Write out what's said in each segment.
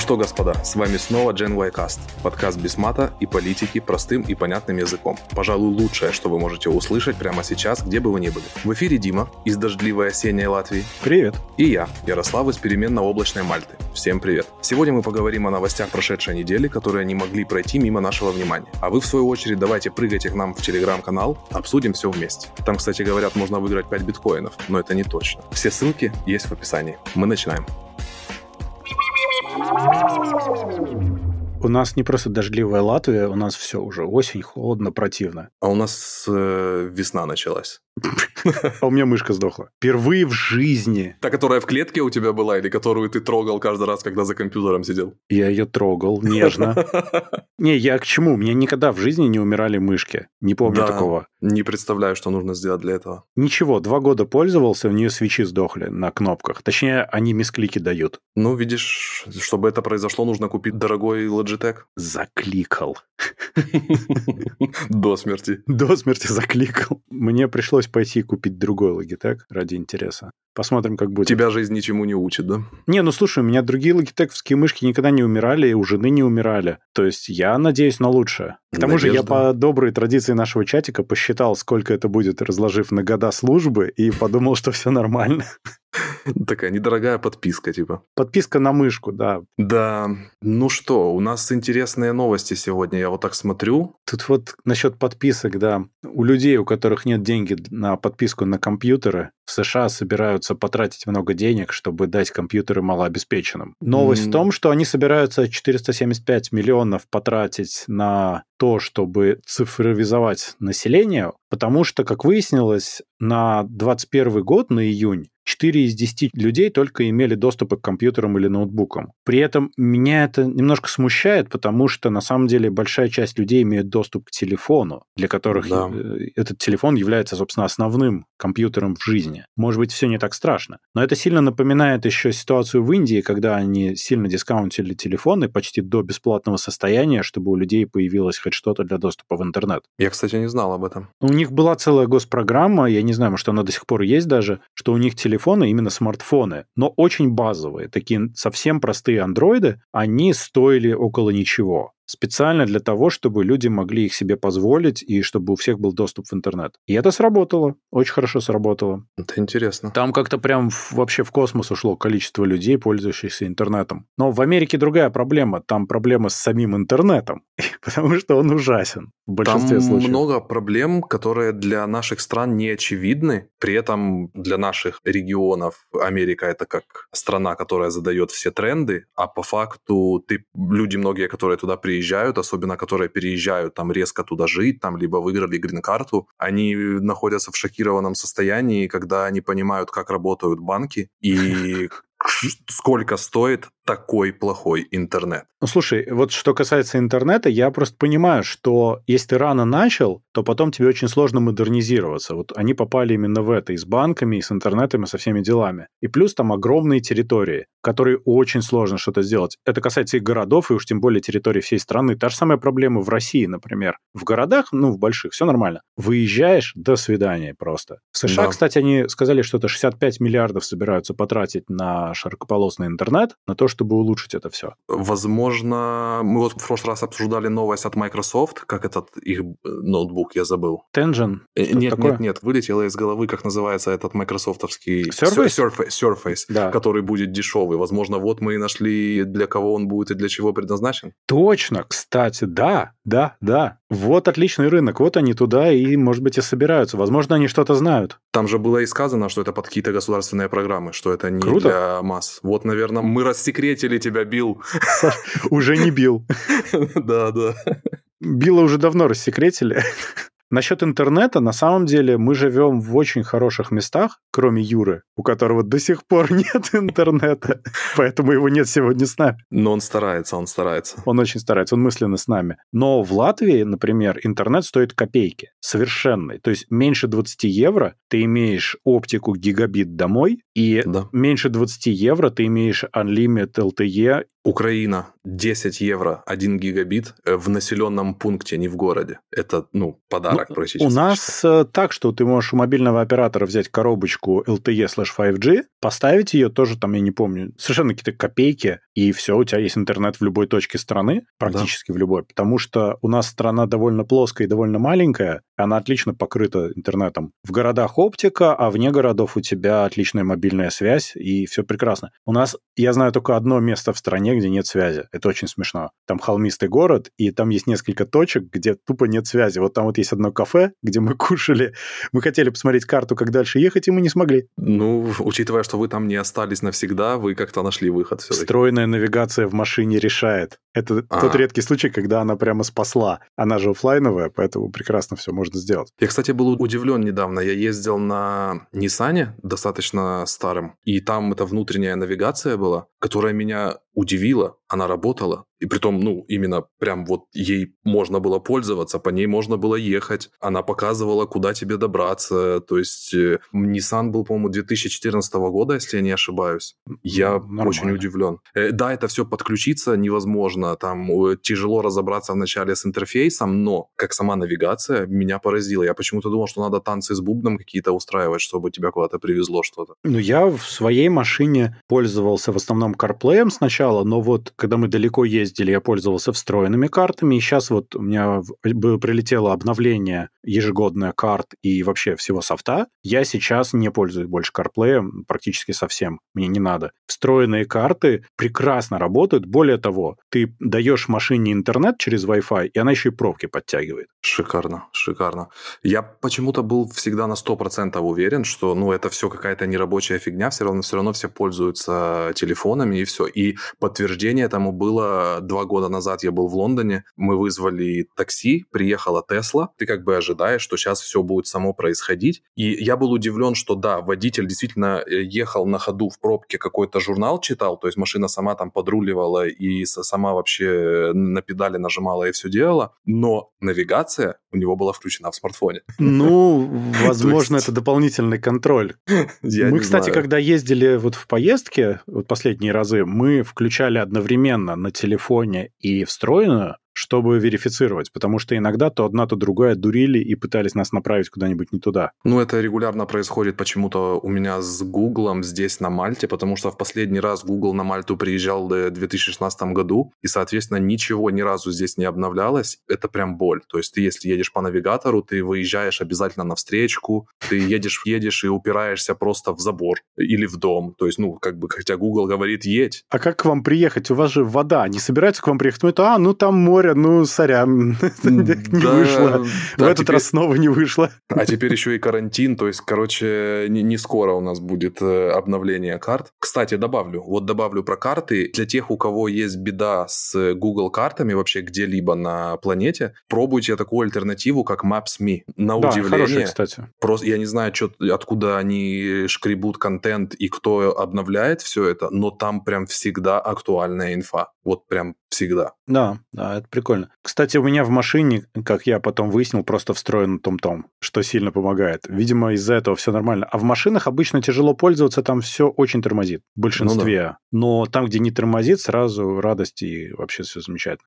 что, господа, с вами снова Gen Y Cast, подкаст без мата и политики простым и понятным языком. Пожалуй, лучшее, что вы можете услышать прямо сейчас, где бы вы ни были. В эфире Дима из дождливой осенней Латвии. Привет. И я, Ярослав из переменно-облачной Мальты. Всем привет. Сегодня мы поговорим о новостях прошедшей недели, которые не могли пройти мимо нашего внимания. А вы, в свою очередь, давайте прыгайте к нам в Телеграм-канал, обсудим все вместе. Там, кстати, говорят, можно выиграть 5 биткоинов, но это не точно. Все ссылки есть в описании. Мы начинаем. У нас не просто дождливая Латвия, у нас все уже осень, холодно, противно. А у нас весна началась. А у меня мышка сдохла. Впервые в жизни. Та, которая в клетке у тебя была, или которую ты трогал каждый раз, когда за компьютером сидел? Я ее трогал нежно. Не, я к чему? У меня никогда в жизни не умирали мышки. Не помню такого. Не представляю, что нужно сделать для этого. Ничего, 2 года пользовался, у нее свечи сдохли на кнопках. Точнее, они мисклики дают. Ну, видишь, чтобы это произошло, нужно купить дорогой Logitech. Закликал. До смерти. До смерти закликал. Мне пришлось пойти купить другой Logitech ради интереса. Посмотрим, как будет. Тебя жизнь ничему не учит, да? Не, ну слушай, у меня другие логитековские мышки никогда не умирали, и у жены не умирали. То есть я надеюсь на лучшее. К тому же я по доброй традиции нашего чатика посчитал, сколько это будет, разложив на года службы, и подумал, что все нормально. Такая недорогая подписка, типа. Подписка на мышку, да. Да. Ну что, у нас интересные новости сегодня, я вот так смотрю. Тут вот насчет подписок, да. У людей, у которых нет денег на подписку на компьютеры, в США собираются потратить много денег, чтобы дать компьютеры малообеспеченным. Новость в том, что они собираются 475 миллионов потратить на то, чтобы цифровизовать население, потому что, как выяснилось, на 2021 год, на июнь, 4 из 10 людей только имели доступ к компьютерам или ноутбукам. При этом меня это немножко смущает, потому что на самом деле большая часть людей имеет доступ к телефону, для которых этот телефон является, собственно, основным компьютером в жизни. Может быть, все не так страшно. Но это сильно напоминает еще ситуацию в Индии, когда они сильно дискаунтили телефоны почти до бесплатного состояния, чтобы у людей появилось хоть что-то для доступа в интернет. Я, кстати, не знал об этом. У них была целая госпрограмма, я не знаю, может, она до сих пор есть даже, что у них телефоны, именно смартфоны, но очень базовые, такие совсем простые андроиды, они стоили около ничего. Специально для того, чтобы люди могли их себе позволить и чтобы у всех был доступ в интернет. И это сработало. Очень хорошо сработало. Это интересно. Там как-то прям вообще в космос ушло количество людей, пользующихся интернетом. Но в Америке другая проблема. Там проблема с самим интернетом, потому что он ужасен в большинстве случаев. Там много проблем, которые для наших стран не очевидны. При этом для наших регионов Америка – это как страна, которая задает все тренды, а по факту люди многие, которые туда приезжают, особенно которые переезжают там резко туда жить, там либо выиграли грин-карту, они находятся в шокированном состоянии, когда они понимают, как работают банки и сколько стоит такой плохой интернет. Ну, слушай, вот что касается интернета, я просто понимаю, что если ты рано начал, то потом тебе очень сложно модернизироваться. Вот они попали именно в это, и с банками, и с интернетом, и со всеми делами. И плюс там огромные территории, которые очень сложно что-то сделать. Это касается и городов, и уж тем более территории всей страны. Та же самая проблема в России, например. В городах, в больших, все нормально. Выезжаешь, до свидания просто. В США, кстати, они сказали, что это 65 миллиардов собираются потратить на широкополосный интернет, на то, чтобы улучшить это все. Возможно, мы вот в прошлый раз обсуждали новость от Microsoft, как этот их ноутбук, я забыл. Tengen? Нет, вылетело из головы, как называется этот майкрософтовский Surface, да. Который будет дешевый. Возможно, вот мы и нашли, для кого он будет и для чего предназначен. Точно, кстати, да. Вот отличный рынок, вот они туда и, может быть, и собираются. Возможно, они что-то знают. Там же было и сказано, что это под какие-то государственные программы, что это не Круто. Для масс. Вот, наверное, мы рассекретили тебя, Билл. Уже не Билл. Да. Билла уже давно рассекретили. Насчет интернета, на самом деле, мы живем в очень хороших местах, кроме Юры, у которого до сих пор нет интернета, поэтому его нет сегодня с нами. Но он старается. Он очень старается, он мысленно с нами. Но в Латвии, например, интернет стоит копейки, совершенный. То есть меньше 20 евро ты имеешь оптику гигабит домой, и меньше 20 евро ты имеешь Unlimited LTE. Украина. 10 евро 1 гигабит в населенном пункте, не в городе. Это, подарок практически. У нас так, что ты можешь у мобильного оператора взять коробочку LTE/5G, поставить ее тоже, там, я не помню, совершенно какие-то копейки, и все, у тебя есть интернет в любой точке страны, практически в любой, потому что у нас страна довольно плоская и довольно маленькая, она отлично покрыта интернетом. В городах оптика, а вне городов у тебя отличная мобильная связь, и все прекрасно. У нас, я знаю только одно место в стране, где нет связи. Это очень смешно. Там холмистый город, и там есть несколько точек, где тупо нет связи. Вот там вот есть одно кафе, где мы кушали. Мы хотели посмотреть карту, как дальше ехать, и мы не смогли. Учитывая, что вы там не остались навсегда, вы как-то нашли выход все-таки. Встроенная навигация в машине решает. Это тот редкий случай, когда она прямо спасла. Она же оффлайновая, поэтому прекрасно все можно сделать. Я, кстати, был удивлен недавно. Я ездил на Ниссане, достаточно старом, и там эта внутренняя навигация была, которая меня удивила. Она работала. И притом, именно прям вот ей можно было пользоваться, по ней можно было ехать. Она показывала, куда тебе добраться. То есть Nissan был, по-моему, 2014 года, если я не ошибаюсь. Я очень удивлен. Да, это все подключиться невозможно. Там тяжело разобраться вначале с интерфейсом, но как сама навигация меня поразила. Я почему-то думал, что надо танцы с бубном какие-то устраивать, чтобы тебя куда-то привезло что-то. Я в своей машине пользовался в основном CarPlay сначала, но вот когда мы далеко ездили, я пользовался встроенными картами, и сейчас вот у меня прилетело обновление ежегодное карт и вообще всего софта. Я сейчас не пользуюсь больше CarPlay практически совсем. Мне не надо. Встроенные карты прекрасно работают. Более того, ты даешь машине интернет через Wi-Fi, и она еще и пробки подтягивает. Шикарно, шикарно. Я почему-то был всегда на 100% уверен, что это все какая-то нерабочая фигня, все равно все пользуются телефонами и все. И подтверждение тому было 2 года назад. Я был в Лондоне, мы вызвали такси, приехала Тесла. Ты как бы ожидаешь, что сейчас все будет само происходить. И я был удивлен, что да, водитель действительно ехал на ходу в пробке, какой-то журнал читал, то есть машина сама там подруливала и сама вообще на педали нажимала и все делала, но навигация у него была включена в смартфоне. Возможно, это дополнительный контроль. Мы, кстати, когда ездили вот в поездке, вот последние разы, мы включали одновременно на телефоне и встроенную, чтобы верифицировать, потому что иногда то одна, то другая дурили и пытались нас направить куда-нибудь не туда. Это регулярно происходит почему-то у меня с Гуглом здесь на Мальте, потому что в последний раз Google на Мальту приезжал в 2016 году, и, соответственно, ничего ни разу здесь не обновлялось. Это прям боль. То есть ты, если едешь по навигатору, ты выезжаешь обязательно на встречку, ты едешь и упираешься просто в забор или в дом. То есть, хотя Google говорит, едь. А как к вам приехать? У вас же вода. Не собираются к вам приехать? Там море, сорян, не вышло. В этот раз снова не вышло. А теперь еще и карантин, то есть, не скоро у нас будет обновление карт. Кстати, добавлю про карты. Для тех, у кого есть беда с Google картами вообще где-либо на планете, пробуйте такую альтернативу, как Maps.me. На удивление. Хорошая, кстати. Просто я не знаю, откуда они шкребут контент и кто обновляет все это, но там прям всегда актуальная инфа. Вот прям всегда. Да, это прикольно. Кстати, у меня в машине, как я потом выяснил, просто встроен том-том, что сильно помогает. Видимо, из-за этого все нормально. А в машинах обычно тяжело пользоваться, там все очень тормозит. В большинстве. Да. Но там, где не тормозит, сразу радость и вообще все замечательно.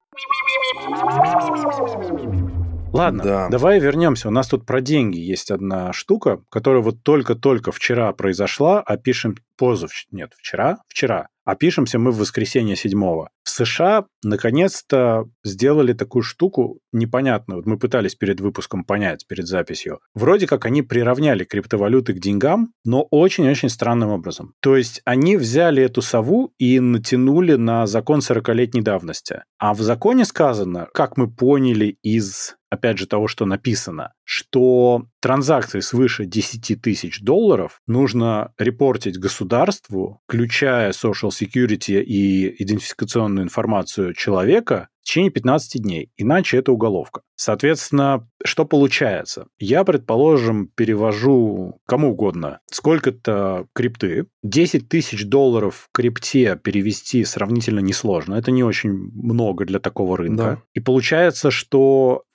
Ладно, давай вернемся. У нас тут про деньги есть одна штука, которая вот только-только вчера произошла, а пишем вчера. А пишемся мы в воскресенье 7-го. В США наконец-то сделали такую штуку непонятную. Вот мы пытались перед выпуском понять, перед записью. Вроде как они приравняли криптовалюты к деньгам, но очень-очень странным образом. То есть они взяли эту сову и натянули на закон 40-летней давности. А в законе сказано, как мы поняли из, опять же, того, что написано, что транзакции свыше $10 тысяч нужно репортить государству, включая Social Security и идентификационную информацию человека, в течение 15 дней. Иначе это уголовка. Соответственно, что получается? Я, предположим, перевожу кому угодно сколько-то крипты. $10 тысяч в крипте перевести сравнительно несложно. Это не очень много для такого рынка. Да. И получается, что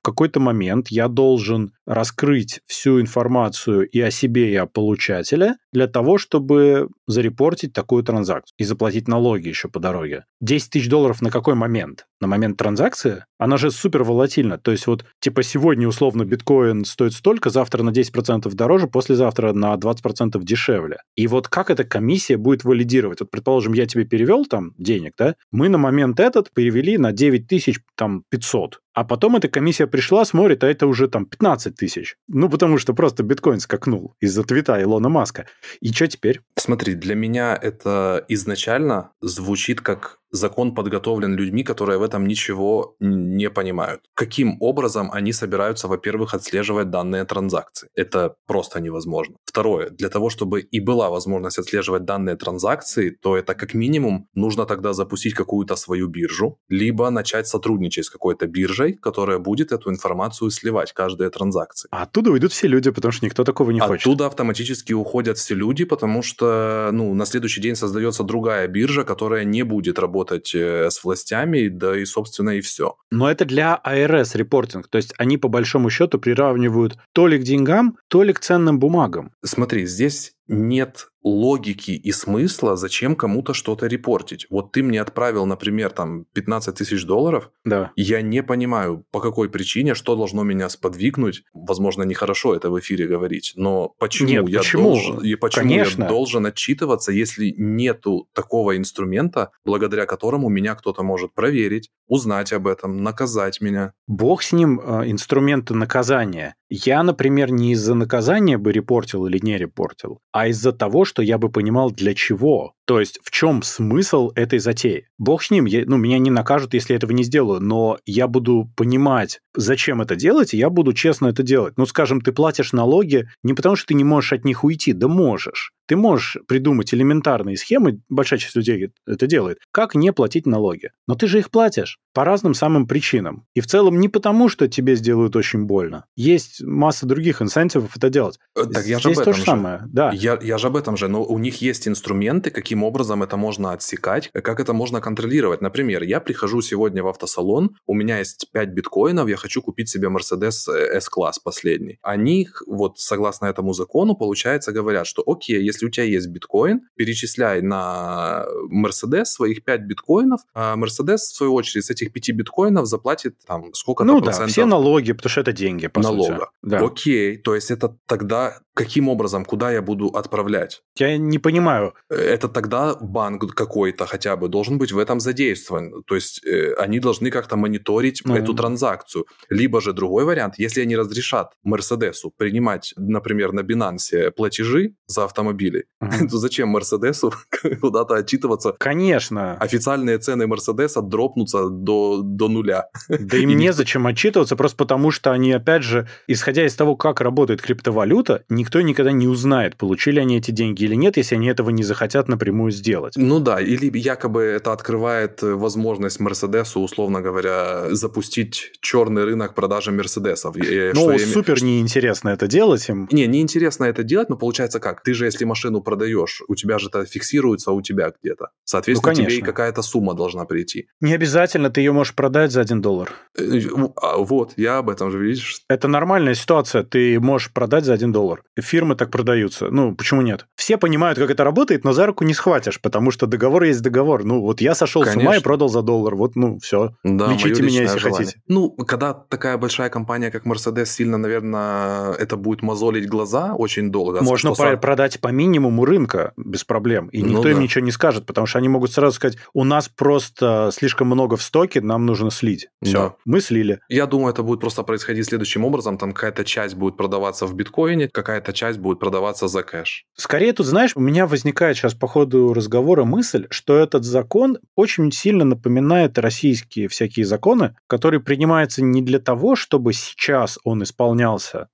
в какой-то момент я должен раскрыть всю информацию и о себе, и о получателе для того, чтобы зарепортить такую транзакцию и заплатить налоги еще по дороге. $10 000 на какой момент? На момент транзакции? Она же супер волатильна. То есть вот типа сегодня условно биткоин стоит столько, завтра на 10% дороже, послезавтра на 20% дешевле. И вот как эта комиссия будет валидировать? Вот, предположим, я тебе перевел там денег, да? Мы на момент этот перевели на 9500. А потом эта комиссия пришла, смотрит, а это уже там 15 тысяч. Ну, потому что просто биткоин скакнул из-за твита Илона Маска. И что теперь? Смотри, для меня это изначально звучит как закон подготовлен людьми, которые в этом ничего не понимают. Каким образом они собираются, во-первых, отслеживать данные транзакции? Это просто невозможно. Второе, для того, чтобы и была возможность отслеживать данные транзакции, то это как минимум нужно тогда запустить какую-то свою биржу, либо начать сотрудничать с какой-то биржей, которая будет эту информацию сливать, каждые транзакции. А оттуда уйдут все люди, потому что никто такого не хочет. Оттуда автоматически уходят все люди, потому что на следующий день создается другая биржа, которая не будет работать с властями, да и, собственно, и все. Но это для АРС репортинг, то есть они по большому счету приравнивают то ли к деньгам, то ли к ценным бумагам. Смотри, здесь нет логики и смысла, зачем кому-то что-то репортить. Вот ты мне отправил, например, там $15 000, да. Я не понимаю, по какой причине, что должно меня сподвигнуть. Возможно, нехорошо это в эфире говорить, но почему я должен отчитываться, если нету такого инструмента, благодаря которому меня кто-то может проверить, узнать об этом, наказать меня? Бог с ним, инструменты наказания. Я, например, не из-за наказания бы репортил или не репортил, а из-за того, что я бы понимал, для чего. То есть, в чем смысл этой затеи? Бог с ним, меня не накажут, если я этого не сделаю, но я буду понимать, зачем это делать, и я буду честно это делать. Ну, скажем, ты платишь налоги не потому, что ты не можешь от них уйти, да можешь. Ты можешь придумать элементарные схемы, большая часть людей это делает, как не платить налоги. Но ты же их платишь по разным самым причинам. И в целом не потому, что тебе сделают очень больно. Есть масса других инсентивов это делать. Так я Здесь же об то этом же самое. Да. Я же об этом же, но у них есть инструменты, каким образом это можно отсекать, как это можно контролировать. Например, я прихожу сегодня в автосалон, у меня есть 5 биткоинов, я хочу купить себе Mercedes S-класс последний. Они, вот согласно этому закону, получается, говорят, что окей, если у тебя есть биткоин, перечисляй на Mercedes своих 5 биткоинов, а Mercedes, в свою очередь, с этих 5 биткоинов заплатит там сколько-то процентов. Все налоги, потому что это деньги, по налога. сути. Да. Окей, то есть это тогда каким образом, куда я буду отправлять? Я не понимаю. Это тогда банк какой-то хотя бы должен быть в этом задействован. То есть они должны как-то мониторить эту транзакцию. Либо же другой вариант, если они разрешат Мерседесу принимать, например, на Binance платежи за автомобили, то зачем Мерседесу куда-то отчитываться? Конечно. Официальные цены Мерседеса дропнутся до нуля. Да им незачем отчитываться, просто потому что они, опять же, исходя из того, как работает криптовалюта, никто никогда не узнает, получили они эти деньги или нет, если они этого не захотят напрямую сделать. Ну да, или якобы это открывает возможность Мерседесу, условно говоря, запустить черный рынок продажи Мерседесов. Ну, супер неинтересно это делать им. Неинтересно это делать, но получается как? Ты же, если машину продаешь, у тебя же это фиксируется у тебя где-то. Соответственно, тебе и какая-то сумма должна прийти. Не обязательно, ты ее можешь продать за $1. Вот, я об этом же, видишь. Это нормальная ситуация, ты можешь продать за $1. Фирмы так продаются. Ну, почему нет? Все понимают, как это работает, но за руку не схватишь, потому что договор есть договор. Ну, вот я сошел с ума и продал за $1. Вот, все. Да, лечите меня, если хотите. Ну, когда такая большая компания, как Mercedes, сильно, наверное, это будет мозолить глаза очень долго. Можно продать по минимуму рынка без проблем, и никто им ничего не скажет, потому что они могут сразу сказать, у нас просто слишком много в стоке, нам нужно слить. Все, мы слили. Я думаю, это будет просто происходить следующим образом. Там какая-то часть будет продаваться в биткоине, какая-то часть будет продаваться за кэш. Скорее, тут, знаешь, у меня возникает сейчас по ходу разговора мысль, что этот закон очень сильно напоминает российские всякие законы, которые принимаются не для того, чтобы сейчас он исполнялся,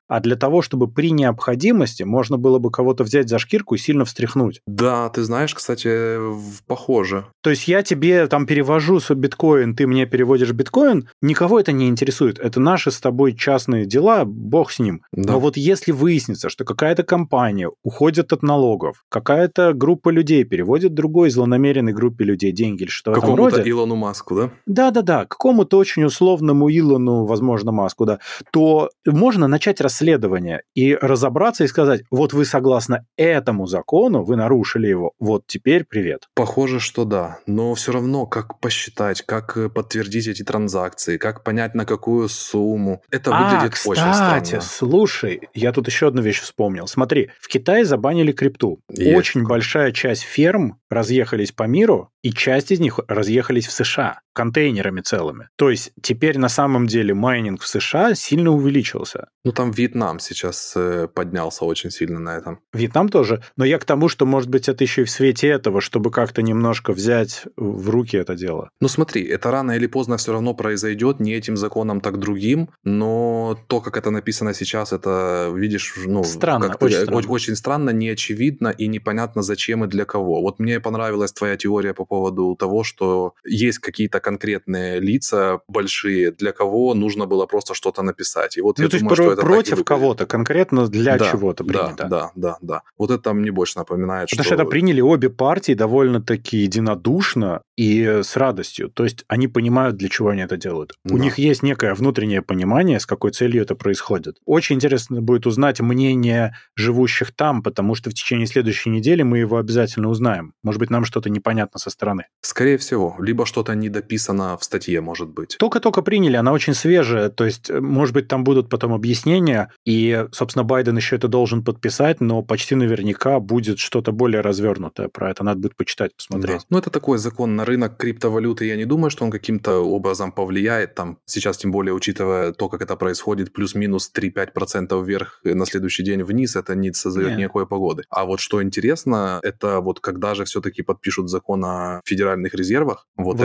а для того, чтобы при необходимости можно было бы кого-то взять за шкирку и сильно встряхнуть. Да, ты знаешь, кстати, похоже. То есть я тебе там перевожу биткоин, ты мне переводишь биткоин, никого это не интересует. Это наши с тобой частные дела, бог с ним. Да. Но вот если выяснится, что какая-то компания уходит от налогов, какая-то группа людей переводит другой злонамеренной группе людей деньги или что в этом роде... Какому-то Илону Маску, да? Да-да-да, какому-то очень условному Илону, возможно, Маску, да, то можно начать расследование и разобраться и сказать, вот вы согласно этому закону, вы нарушили его, вот теперь привет. Похоже, что да, но все равно, как посчитать, как подтвердить эти транзакции, как понять, на какую сумму, это выглядит очень странно. Кстати, слушай, я тут еще одну вещь вспомнил. Смотри, в Китае забанили крипту. Есть Очень такое. большая часть ферм разъехались по миру, и часть из них разъехались в США контейнерами целыми. То есть теперь на самом деле майнинг в США сильно увеличился. Ну, там Вьетнам сейчас поднялся очень сильно на этом. Вьетнам тоже. Но я к тому, что, может быть, это еще и в свете этого, чтобы как-то немножко взять в руки это дело. Ну, смотри, это рано или поздно все равно произойдет, не этим законом, так другим, но то, как это написано сейчас, это, видишь, ну, Странно, как-то очень странно. очень странно, неочевидно и непонятно, зачем и для кого. Вот мне понравилась твоя теория по поводу того, что есть какие-то конкретные лица большие, для кого нужно было просто что-то написать. И вот Ну, я то есть думаю, что это так и против выглядит. кого-то, конкретно для Да, чего-то принято. Да. Вот это мне больше напоминает, Потому что это приняли обе партии довольно-таки единодушно и с радостью. То есть они понимают, для чего они это делают. У Да. них есть некое внутреннее понимание, с какой целью это происходит. Очень интересно будет узнать мнение живущих там, потому что в течение следующей недели мы его обязательно узнаем. Может быть, нам что-то непонятно со стороны. Скорее всего, либо что-то недописано в статье, может быть. Только-только приняли, она очень свежая, то есть, может быть, там будут потом объяснения, и, собственно, Байден еще это должен подписать, но почти наверняка будет что-то более развернутое про это, надо будет почитать, посмотреть. Да. Ну, это такой закон на рынок криптовалюты, я не думаю, что он каким-то образом повлияет, там, сейчас, тем более, учитывая то, как это происходит, плюс-минус 3-5% вверх на следующий день вниз, это не создает никакой погоды. А вот что интересно, это вот когда же все-таки подпишут закон о федеральных резервах, вот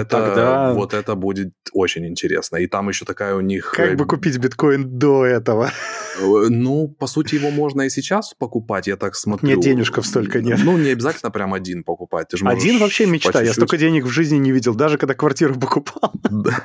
это будет очень интересно. И там еще такая у них... Как бы купить биткоин до этого? Ну, по сути, его можно и сейчас покупать, я так смотрю. Нет, денежков столько нет. Ну, не обязательно прям один покупать. Ты же можешь один вообще мечта, я столько денег в жизни не видел, даже когда квартиру покупал.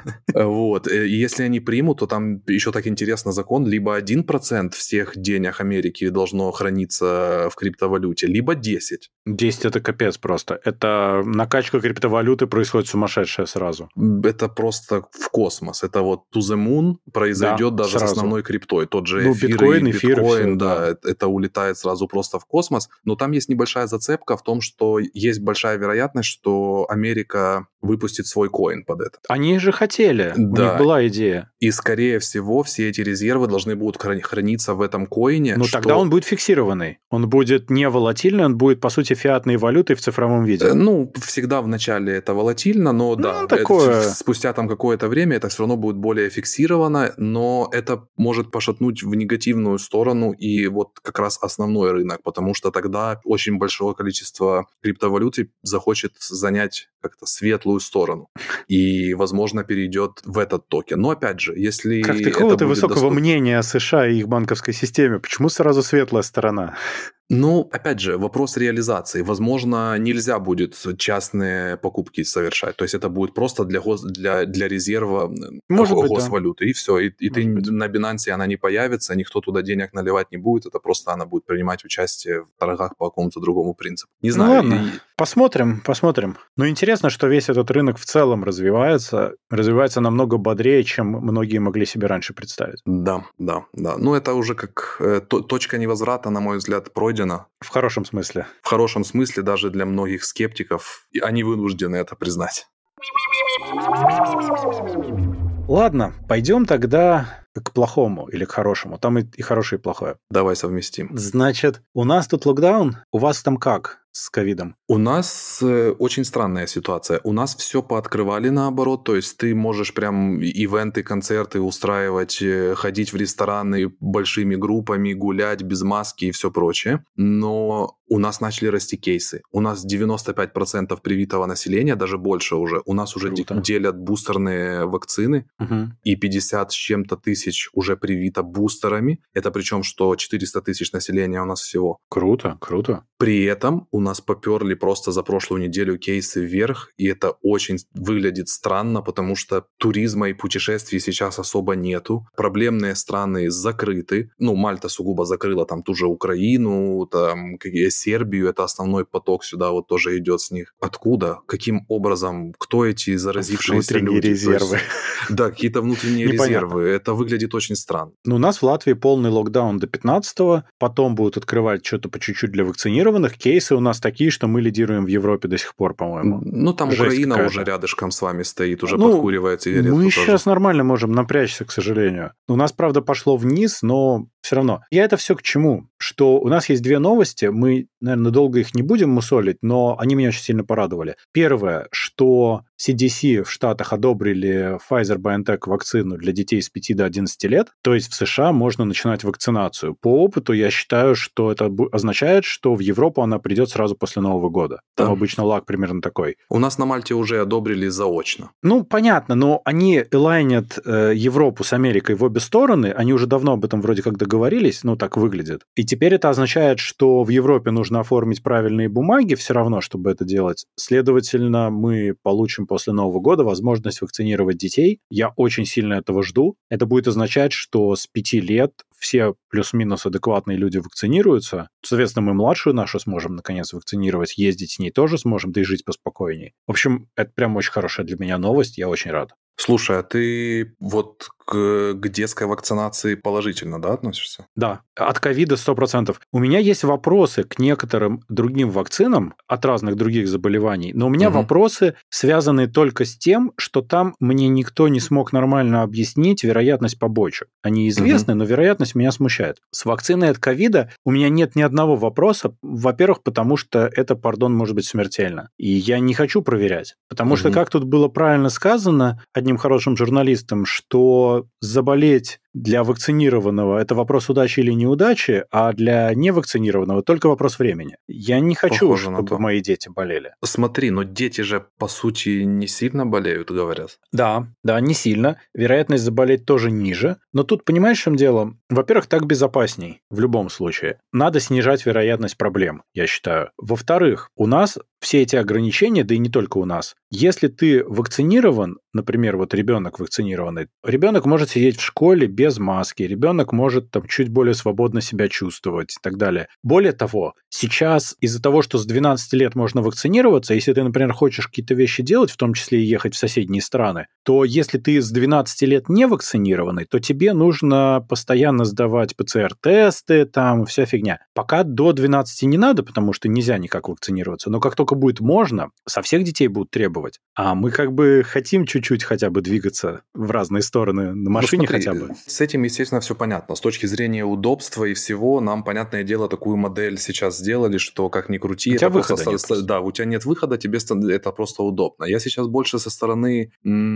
Вот, и если они примут, то там еще так интересно закон, либо 1% всех денег Америки должно храниться в криптовалюте, либо 10%. 10 это капец просто. Это накачка криптовалюты происходит сумасшедшая сразу. Это просто в космос. Это вот to the moon произойдет даже сразу. с основной криптой. Тот же эфир, биткоин, все, да. Это улетает сразу просто в космос. Но там есть небольшая зацепка в том, что есть большая вероятность, что Америка выпустит свой коин под это. Они же хотели. Да. У них была идея. И, скорее всего, все эти резервы должны будут храниться в этом коине. Но тогда он будет фиксированный. Он будет не волатильный, он будет, по сути, фиатной валютой в цифровом виде. Ну, всегда в начале это волатильно, но такое... спустя там какое-то время это все равно будет более фиксировано, но это может пошатнуть в негативную сторону и вот как раз основной рынок, потому что тогда очень большое количество криптовалюты захочет занять как-то светлую сторону и, возможно, перейдет в этот токен. Но, опять же, если как ты высокого мнения о США и их банковской системе? Почему сразу светлая сторона? Ну, опять же, вопрос реализации. Возможно, нельзя будет частные покупки совершать. То есть это будет просто для резерва госвалюты. Да. И все. И ты на Binance она не появится, никто туда денег наливать не будет. Это просто она будет принимать участие в торгах по какому-то другому принципу. Не знаю. Ну, ладно. Посмотрим. Но интересно, что весь этот рынок в целом развивается намного бодрее, чем многие могли себе раньше представить. Да. Ну, это уже как точка невозврата, на мой взгляд, пройдена. В хорошем смысле. В хорошем смысле даже для многих скептиков. И они вынуждены это признать. Ладно, пойдем тогда к плохому или к хорошему. Там и хорошее, и плохое. Давай совместим. Значит, у нас тут локдаун, у вас там как? с ковидом? У нас очень странная ситуация. У нас все пооткрывали наоборот, то есть ты можешь прям ивенты, концерты устраивать, ходить в рестораны большими группами, гулять без маски и все прочее. Но у нас начали расти кейсы. У нас 95% привитого населения, даже больше уже. У нас уже делят бустерные вакцины, и 50 с чем-то тысяч уже привито бустерами. Это причем, что 400 тысяч населения у нас всего. Круто, круто. При этом у нас поперли просто за прошлую неделю кейсы вверх, и это очень выглядит странно, потому что туризма и путешествий сейчас особо нету. Проблемные страны закрыты. Ну, Мальта сугубо закрыла там ту же Украину, там Сербию, это основной поток сюда вот тоже идет с них. Откуда? Каким образом? Кто эти заразившиеся внутренние люди? резервы. Да, какие-то внутренние резервы. Это выглядит очень странно. Ну, у нас в Латвии полный локдаун до 15-го, потом будут открывать что-то по чуть-чуть для вакцинированных. Кейсы у нас такие, что мы лидируем в Европе до сих пор, по-моему. Ну, там Жесть Украина какая-то. уже рядышком с вами стоит, уже подкуривает сигаретку Мы тоже. сейчас нормально можем напрячься, к сожалению. У нас, правда, пошло вниз, но все равно. Я это все к чему? Что у нас есть две новости, мы, наверное, долго их не будем мусолить, но они меня очень сильно порадовали. Первое, что CDC в Штатах одобрили Pfizer-BioNTech вакцину для детей с 5 до 11 лет, то есть в США можно начинать вакцинацию. По опыту я считаю, что это означает, что в Европу она придет сразу после Нового года. Там обычно лаг примерно такой. У нас на Мальте уже одобрили заочно. Ну, понятно, но они элайнят Европу с Америкой в обе стороны, они уже давно об этом вроде как договорились, ну, так выглядит. И теперь это означает, что в Европе нужно оформить правильные бумаги все равно, чтобы это делать. Следовательно, мы получим после Нового года возможность вакцинировать детей. Я очень сильно этого жду. Это будет означать, что с 5 лет все плюс-минус адекватные люди вакцинируются. Соответственно, мы младшую нашу сможем, наконец, вакцинировать, ездить с ней тоже сможем, да и жить поспокойнее. В общем, это прям очень хорошая для меня новость, я очень рад. Слушай, а ты вот к детской вакцинации положительно, да, относишься? Да, от ковида 100%. У меня есть вопросы к некоторым другим вакцинам от разных других заболеваний, но у меня вопросы связаны только с тем, что там мне никто не смог нормально объяснить вероятность побочек. Они известны, но вероятность меня смущает. С вакциной от ковида у меня нет ни одного вопроса, во-первых, потому что это, пардон, может быть смертельно. И я не хочу проверять, потому что, как тут было правильно сказано одним хорошим журналистом, что заболеть для вакцинированного – это вопрос удачи или неудачи, а для невакцинированного – только вопрос времени. Я не хочу, чтобы мои дети болели. Смотри, но дети же, по сути, не сильно болеют, говорят. Да, не сильно. Вероятность заболеть тоже ниже. Но тут, понимаешь, в чем дело? Во-первых, так безопасней в любом случае. Надо снижать вероятность проблем, я считаю. Во-вторых, у нас все эти ограничения, да и не только у нас. Если ты вакцинирован, например, вот ребенок вакцинированный, ребенок может сидеть в школе без маски, ребенок может там чуть более свободно себя чувствовать и так далее. Более того, сейчас из-за того, что с 12 лет можно вакцинироваться, если ты, например, хочешь какие-то вещи делать, в том числе и ехать в соседние страны, то если ты с 12 лет не вакцинированный, то тебе нужно постоянно сдавать ПЦР-тесты, там вся фигня. Пока до 12 не надо, потому что нельзя никак вакцинироваться, но как только будет можно, со всех детей будут требовать. А мы как бы хотим чуть-чуть хотя бы двигаться в разные стороны на машине хотя бы. С этим, естественно, все понятно. С точки зрения удобства и всего, нам, понятное дело, такую модель сейчас сделали, что как ни крути, у тебя выхода нет. Да, у тебя нет выхода, тебе это просто удобно. Я сейчас больше со стороны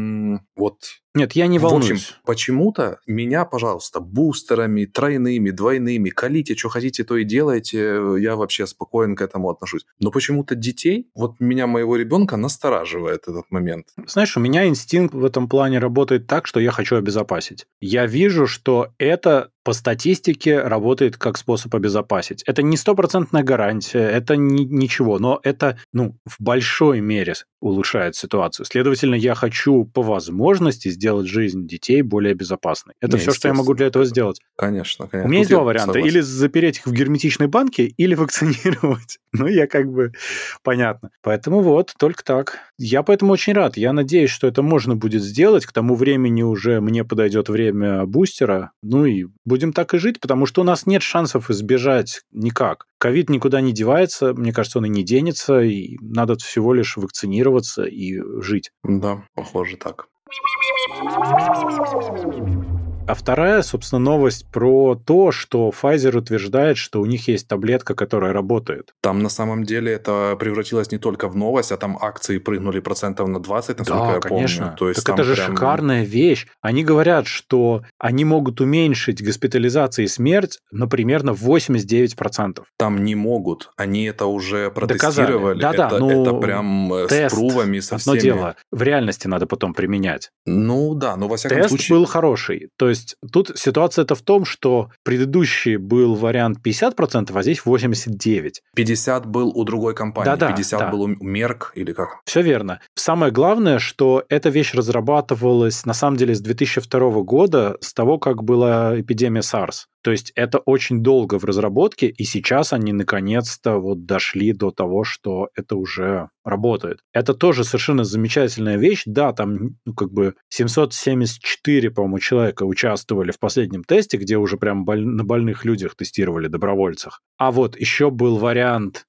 Нет, я не волнуюсь. В общем, почему-то меня, пожалуйста, бустерами, тройными, двойными, колите, что хотите, то и делайте, я вообще спокоен к этому отношусь. Но почему-то детей, вот меня, моего ребенка, настораживает этот момент. Знаешь, у меня инстинкт в этом плане работает так, что я хочу обезопасить. Я вижу, что это по статистике работает как способ обезопасить. Это не стопроцентная гарантия, это ничего, но это в большой мере улучшает ситуацию. Следовательно, я хочу по возможности сделать жизнь детей более безопасной. Это все, что я могу для этого сделать. Конечно. У меня есть два варианта. Согласен. Или запереть их в герметичной банке, или вакцинировать. Я понятно. Поэтому только так. Я поэтому очень рад. Я надеюсь, что это можно будет сделать. К тому времени уже мне подойдет время бустера. И будем так и жить, потому что у нас нет шансов избежать никак. Ковид никуда не девается, мне кажется, он и не денется, и надо всего лишь вакцинироваться и жить. Да, похоже так. А вторая, собственно, новость про то, что Pfizer утверждает, что у них есть таблетка, которая работает. Там на самом деле это превратилось не только в новость, а там акции прыгнули процентов на 20, насколько Да, я конечно. помню. То есть Так там это же прям... шикарная вещь. Они говорят, что они могут уменьшить госпитализации и смерть, например, на 89%. Там не могут. Они это уже Доказали. протестировали. Да-да, Это прям с тест прувами, со одно всеми. дело. В реальности надо потом применять. Ну да, но во всяком Тест случае... был хороший. То есть тут ситуация-то в том, что предыдущий был вариант 50%, а здесь 89%. 50 был у другой компании, Да-да, 50 да. был у Мерк или как? Все верно. Самое главное, что эта вещь разрабатывалась на самом деле с 2002 года, с того, как была эпидемия SARS. То есть это очень долго в разработке, и сейчас они наконец-то вот дошли до того, что это уже работает. Это тоже совершенно замечательная вещь. Да, там 774, по-моему, человека участвовали в последнем тесте, где уже прям на больных людях тестировали, добровольцах. А вот еще был вариант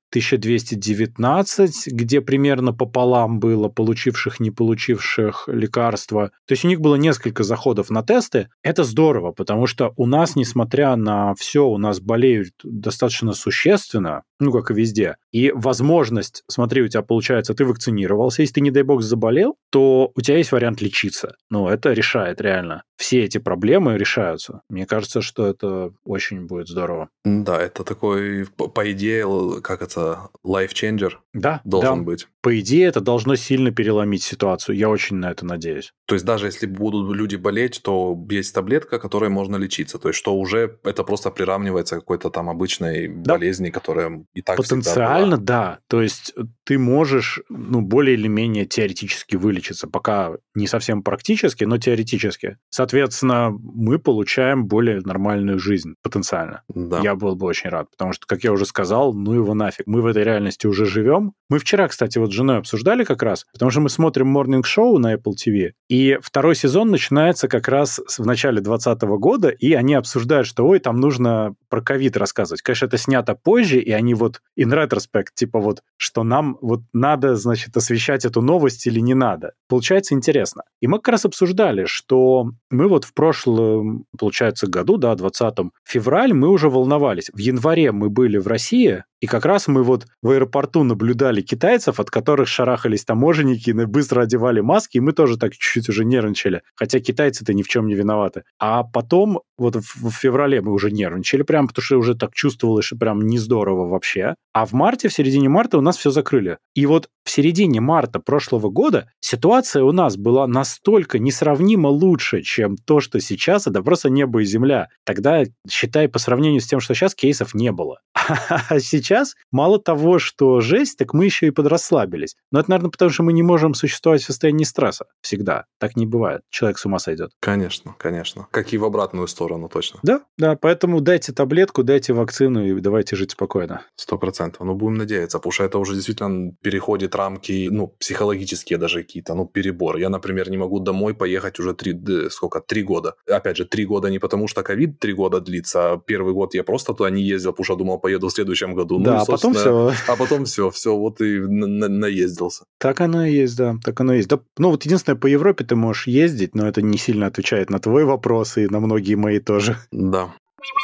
1219, где примерно пополам было получивших, не получивших лекарства. То есть у них было несколько заходов на тесты. Это здорово, потому что у нас, несмотря на все, у нас болеют достаточно существенно, как и везде. И возможность, смотри, у тебя получается, ты вакцинировался, если ты, не дай бог, заболел, то у тебя есть вариант лечиться. Это решает реально. Все эти проблемы решаются. Мне кажется, что это очень будет здорово. Да, это такой, по идее, как это, life-changer должен быть. По идее, это должно сильно переломить ситуацию. Я очень на это надеюсь. То есть даже если будут люди болеть, то есть таблетка, которой можно лечиться. То есть что уже это просто приравнивается к какой-то там обычной болезни, которая и так потенциально, всегда была. да. То есть ты можешь более или менее теоретически вылечиться. Пока не совсем практически, но теоретически. Соответственно, мы получаем более нормальную жизнь потенциально. Да. Я был бы очень рад. Потому что, как я уже сказал, его нафиг. Мы в этой реальности уже живем. Мы вчера, кстати, с женой обсуждали как раз, потому что мы смотрим Morning Show на Apple TV, и второй сезон начинается как раз в начале 2020 года, и они обсуждают, что, там нужно про ковид рассказывать. Конечно, это снято позже, и они in retrospect, что нам надо, освещать эту новость или не надо. Получается интересно. И мы как раз обсуждали, что мы в прошлом, получается, году, 20-м, февраль мы уже волновались. В январе мы были в России, и как раз мы в аэропорту наблюдали китайцев, от которых шарахались таможенники, быстро одевали маски, и мы тоже так чуть-чуть уже нервничали. Хотя китайцы-то ни в чем не виноваты. А потом, в феврале мы уже нервничали прям, потому что уже так чувствовалось, что прям не здорово вообще. А в марте, в середине марта у нас все закрыли. И в середине марта прошлого года ситуация у нас была настолько несравнимо лучше, чем то, что сейчас, это просто небо и земля. Тогда, считай, по сравнению с тем, что сейчас, кейсов не было. А сейчас мало того, что жесть, так мы еще и подрасслабились. Но это, наверное, потому что мы не можем существовать в состоянии стресса. Всегда. Так не бывает. Человек с ума сойдет. Конечно, конечно. Как и в обратную сторону, точно. Да. Поэтому дайте таблетку, дайте вакцину и давайте жить спокойно. 100%. Будем надеяться, потому что это уже действительно переходит рамки, психологические даже какие-то, перебор. Я, например, не могу домой поехать уже 3 года. Опять же, 3 года не потому, что ковид 3 года длится, а первый год я просто туда не ездил, потому что думал, поеду в следующем году. Да, потом все. А потом все, и наездился. Так оно и есть, да, так оно и есть. Да, единственное, по Европе ты можешь ездить, но это не сильно отвечает на твой вопрос и на многие мои тоже. Да.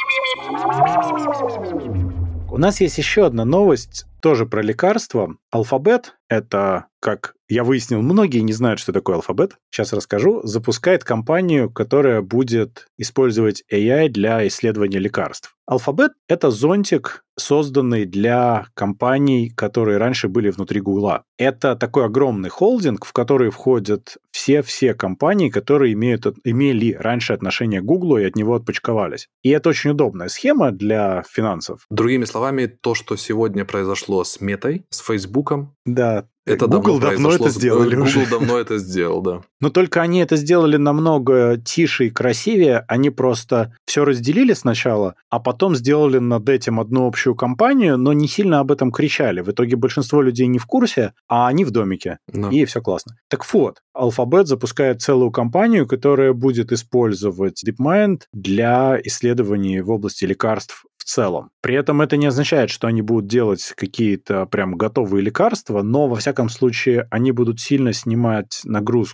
У нас есть еще одна новость, тоже про лекарства. Алфабет – это, как я выяснил, многие не знают, что такое Алфабет. Сейчас расскажу. Запускает компанию, которая будет использовать AI для исследования лекарств. Алфабет – это зонтик, созданный для компаний, которые раньше были внутри Гугла. Это такой огромный холдинг, в который входят все компании, которые имели раньше отношение к Гуглу и от него отпочковались. И это очень удобная схема для финансов. Другими словами, то, что сегодня произошло с Метой, с Фейсбуком. Да. Это Google давно это сделали уже. Google давно это сделал, да. Но только они это сделали намного тише и красивее. Они просто все разделили сначала, а потом сделали над этим одну общую компанию, но не сильно об этом кричали. В итоге большинство людей не в курсе, а они в домике. Да. И все классно. Так вот, Alphabet запускает целую компанию, которая будет использовать DeepMind для исследований в области лекарств в целом. При этом это не означает, что они будут делать какие-то прям готовые лекарства, но, во всяком случае, они будут сильно снимать нагрузку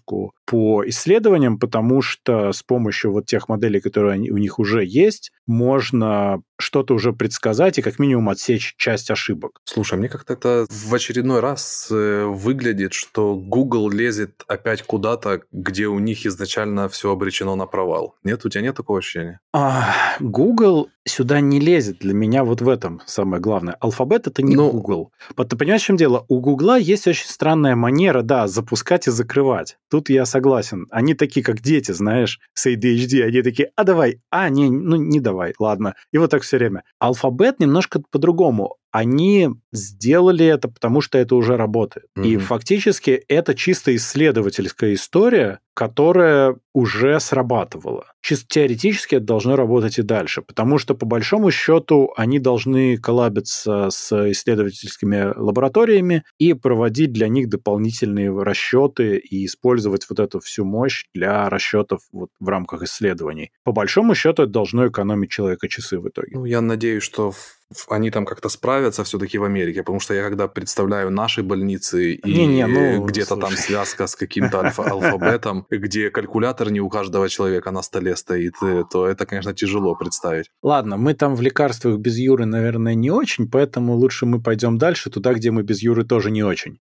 по исследованиям, потому что с помощью вот тех моделей, которые у них уже есть, можно что-то уже предсказать и как минимум отсечь часть ошибок. Слушай, мне как-то это в очередной раз выглядит, что Google лезет опять куда-то, где у них изначально все обречено на провал. Нет, у тебя нет такого ощущения? Google сюда не лезет. Для меня вот в этом самое главное. Алфабет — это не Google. Ты понимаешь, в чем дело? У Гугла есть очень странная манера, да, запускать и закрывать. Тут я согласен. Они такие, как дети, знаешь, с ADHD. Они такие, давай, не давай, ладно. И вот так все время. Алфабет немножко по-другому. Они сделали это, потому что это уже работает. И фактически это чисто исследовательская история, которая уже срабатывала. Чисто теоретически это должно работать и дальше, потому что, по большому счету, они должны коллабиться с исследовательскими лабораториями и проводить для них дополнительные расчеты и использовать вот эту всю мощь для расчетов вот в рамках исследований. По большому счету, это должно экономить человека часы в итоге. Я надеюсь, что они там как-то справятся все-таки в Америке, потому что я когда представляю наши больницы и где-то там связка с каким-то алфабетом, где калькулятор не у каждого человека на столе стоит, то это, конечно, тяжело представить. Ладно, мы там в лекарствах без Юры, наверное, не очень, поэтому лучше мы пойдем дальше, туда, где мы без Юры тоже не очень.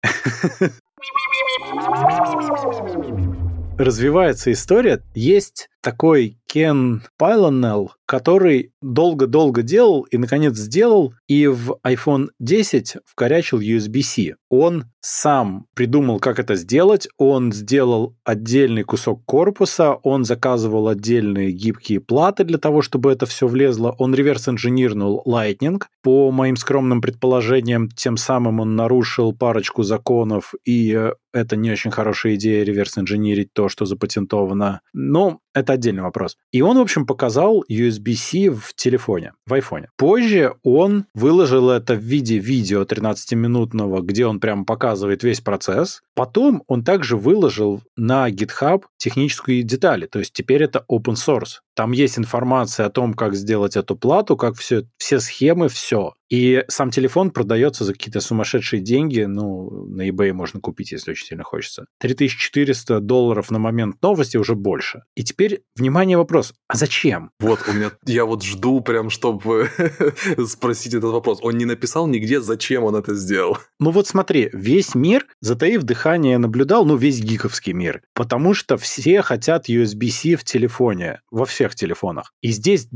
Развивается история. Есть такой Кен Пайлонелл, который долго-долго делал и, наконец, сделал, и в iPhone 10 вкорячил USB-C. Он сам придумал, как это сделать, он сделал отдельный кусок корпуса, он заказывал отдельные гибкие платы для того, чтобы это все влезло, он реверс-инжинирнул Lightning. По моим скромным предположениям, тем самым он нарушил парочку законов, и это не очень хорошая идея реверс-инжинирить то, что запатентовано. Но это отдельный вопрос. И он, в общем, показал USB-C в телефоне, в айфоне. Позже он выложил это в виде видео 13-минутного, где он прямо показывает весь процесс. Потом он также выложил на GitHub технические детали. То есть теперь это open source. Там есть информация о том, как сделать эту плату, как все схемы, все. И сам телефон продается за какие-то сумасшедшие деньги. На eBay можно купить, если очень сильно хочется. $3400 на момент новости, уже больше. И теперь, внимание, вопрос. А зачем? Я жду прям, чтобы спросить этот вопрос. Он не написал нигде, зачем он это сделал. Смотри, весь мир, затаив дыхание, наблюдал, весь гиковский мир. Потому что все хотят USB-C в телефоне, во всех телефонах. И здесь,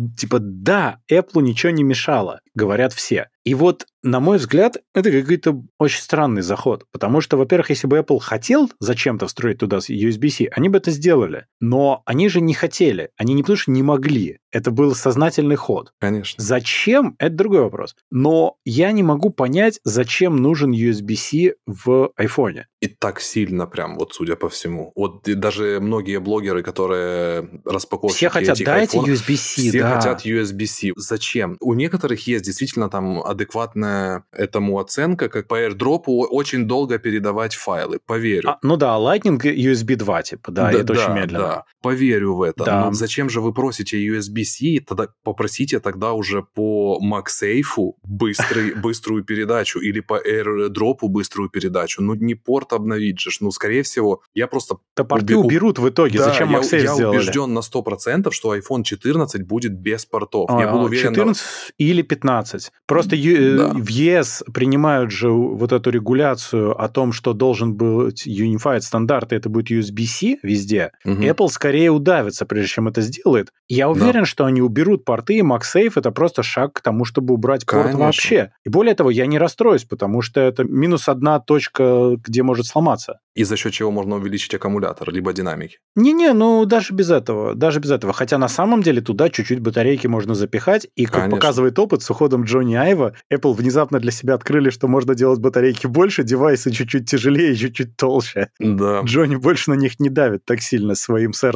Apple ничего не мешало, говорят все. И на мой взгляд, это какой-то очень странный заход. Потому что, во-первых, если бы Apple хотел зачем-то встроить туда USB-C, они бы это сделали. Но они же не хотели. Они не потому что не могли. Это был сознательный ход. Конечно. Зачем? Это другой вопрос. Но я не могу понять, зачем нужен USB-C в айфоне. И так сильно прям, судя по всему. Даже многие блогеры, которые распаковщики все хотят, дайте iPhone, USB-C, все хотят USB-C. Зачем? У некоторых есть действительно там адекватная этому оценка, как по AirDrop очень долго передавать файлы, поверю. Lightning USB 2, это очень медленно. Да, поверю в это. Да. Но зачем же вы просите USB-C? Тогда попросите тогда уже по MagSafe быструю передачу или по AirDrop быструю передачу. Не порт обновить же. Скорее всего, я просто... порты уберут в итоге. Да, зачем MagSafe сделали? Я убежден на 100%, что iPhone 14 будет без портов. Я был уверен... 14 или 15. Просто в ЕС принимают же эту регуляцию о том, что должен быть Unified стандарт, и это будет USB-C везде. Apple скорее удавится, прежде чем это сделает. Я уверен, что они уберут порты, и MagSafe — это просто шаг к тому, чтобы убрать порт вообще. И более того, я не расстроюсь, потому что это минус одна точка, где может сломаться. И за счет чего можно увеличить аккумулятор, либо динамики. Даже без этого. Хотя на самом деле туда чуть-чуть батарейки можно запихать, и, как показывает опыт, с уходом Джонни Айва, Apple внезапно для себя открыли, что можно делать батарейки больше, девайсы чуть-чуть тяжелее и чуть-чуть толще. Да. Джонни больше на них не давит так сильно своим сэрством.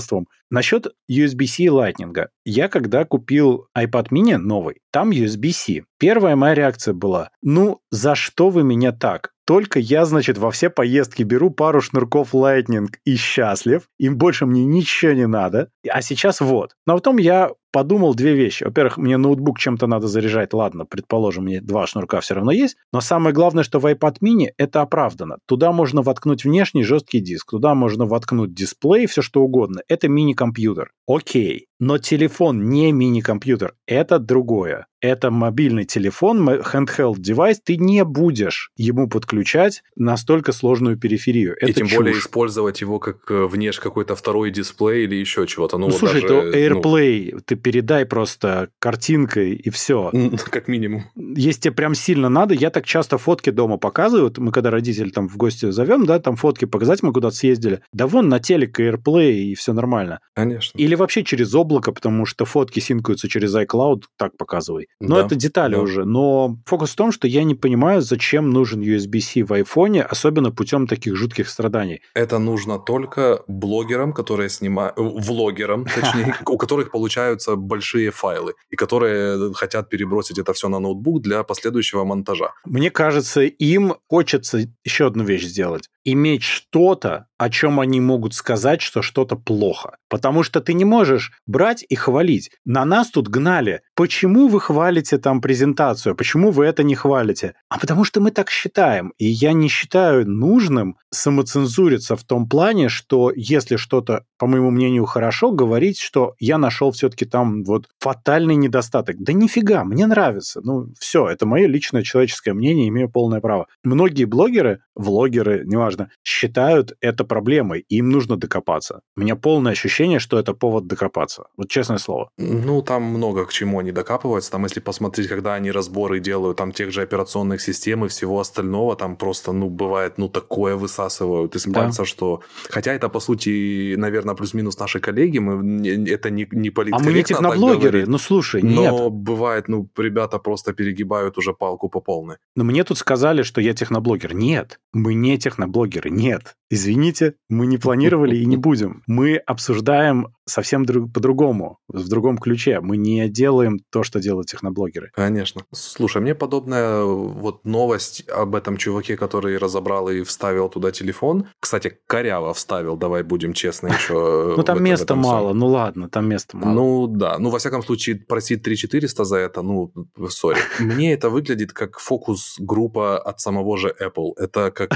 Насчет USB-C и Lightning. Я когда купил iPad mini новый, там USB-C. Первая моя реакция была, за что вы меня так? Только я, значит, во все поездки беру пару шнурков Lightning и счастлив, им больше мне ничего не надо. А сейчас вот. Но потом я подумал две вещи. Во-первых, мне ноутбук чем-то надо заряжать. Ладно, предположим, мне 2 шнурка все равно есть. Но самое главное, что в iPad mini это оправдано. Туда можно воткнуть внешний жесткий диск, туда можно воткнуть дисплей, все что угодно. Это мини-компьютер. Окей. Но телефон не мини-компьютер. Это другое. Это мобильный телефон, handheld девайс. Ты не будешь ему подключать настолько сложную периферию. И это тем чушь. более использовать его как какой-то второй дисплей или еще чего-то. Слушай, даже, то AirPlay ты передай просто картинкой и все. Как минимум. Если тебе прям сильно надо, я так часто фотки дома показываю. Мы когда родителей там в гости зовем, да, там фотки показать, мы куда-то съездили. Да вон на телек AirPlay и все нормально. Конечно. Или вообще через облако, потому что фотки синкаются через iCloud, так показывай. Но это детали уже. Но фокус в том, что я не понимаю, зачем нужен USB-C в айфоне, особенно путем таких жутких страданий. Это нужно только блогерам, которые снимают... Влогерам, точнее, у которых получаются большие файлы, и которые хотят перебросить это все на ноутбук для последующего монтажа. Мне кажется, им хочется еще одну вещь сделать. Иметь что-то, о чем они могут сказать, что что-то плохо. Потому что ты не можешь брать и хвалить. На нас тут гнали. Почему вы хвалите там презентацию? Почему вы это не хвалите? А потому что мы так считаем. И я не считаю нужным самоцензуриться в том плане, что если что-то, по моему мнению, хорошо, говорить, что я нашел все-таки там вот фатальный недостаток. Да нифига, мне нравится. Все, это мое личное человеческое мнение, имею полное право. Многие блогеры, влогеры, неважно, считают это проблемой, и им нужно докопаться. У меня полное ощущение, что это повод докопаться. Вот честное слово. Там много к чему они докапываются. Там, если посмотреть, когда они разборы делают там тех же операционных систем и всего остального, там просто, бывает, такое высасывают из пальца, что... Хотя это, по сути, наверное, плюс-минус наши коллеги, это не политкорректно. А мы не техноблогеры, слушай, нет. Но бывает, ребята просто перегибают уже палку по полной. Но мне тут сказали, что я техноблогер. Нет, мы не техноблогеры, нет. Извините, мы не планировали и не будем. Мы обсуждаем совсем по-другому, в другом ключе. Мы не делаем то, что делают техноблогеры. Конечно. Слушай, мне подобная новость об этом чуваке, который разобрал и вставил туда телефон. Кстати, коряво вставил, давай будем честны еще. Там места мало, ладно, там места мало. Да, во всяком случае, просить 3400 за это, сори. Мне это выглядит как фокус-группа от самого же Apple. Это как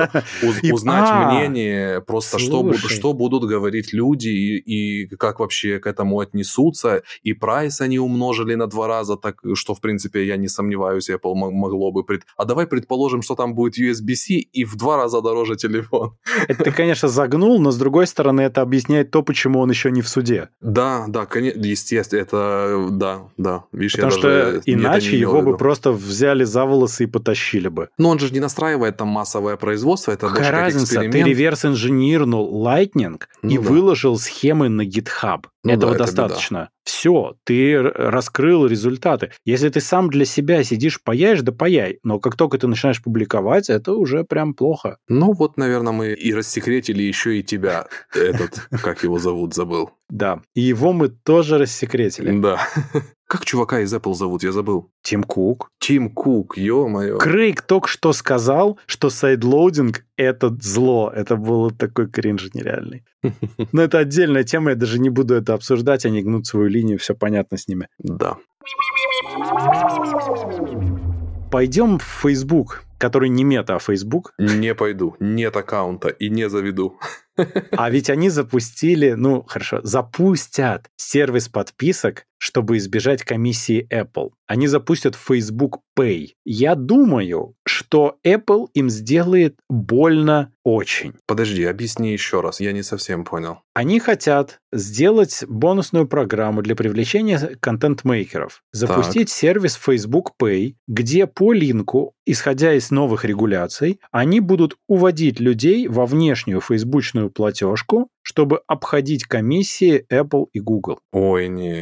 узнать мнение, просто что будут говорить люди и как вообще к этому отнесутся. И прайс они умножили на 2 раза, так что, в принципе, я не сомневаюсь, Apple могло бы... А давай предположим, что там будет USB-C и в 2 раза дороже телефон. Это ты, конечно, загнул, но, с другой стороны, это объясняет то, почему он еще не в суде. Да, конечно, естественно, это... Да. Видишь, потому что иначе его бы просто взяли за волосы и потащили бы. Но он же не настраивает там массовое производство, это больше как эксперимент. Ты реверс-инженернул Lightning и выложил схемы на GitHub. Этого достаточно. Все, ты раскрыл результаты. Если ты сам для себя сидишь, паяешь, да паяй. Но как только ты начинаешь публиковать, это уже прям плохо. Наверное, мы и рассекретили еще и тебя. Как его зовут, забыл. Да, и его мы тоже рассекретили. Да. Как чувака из Apple зовут, я забыл. Тим Кук. Тим Кук, ё-моё. Крейг только что сказал, что сайдлоудинг – это зло. Это был такой кринж нереальный. Но это отдельная тема, я даже не буду это обсуждать, они гнут свою линию, все понятно с ними. Да. Пойдем в Facebook, который не мета, а Facebook. Не пойду, нет аккаунта и не заведу. А ведь они запустили, запустят сервис подписок, чтобы избежать комиссии Apple. Они запустят Facebook Pay. Я думаю, что Apple им сделает больно очень. Подожди, объясни еще раз, я не совсем понял. Они хотят сделать бонусную программу для привлечения контент-мейкеров. Запустить сервис Facebook Pay, где по линку, исходя из новых регуляций, они будут уводить людей во внешнюю фейсбучную платежку, чтобы обходить комиссии Apple и Google. Ой, не, это я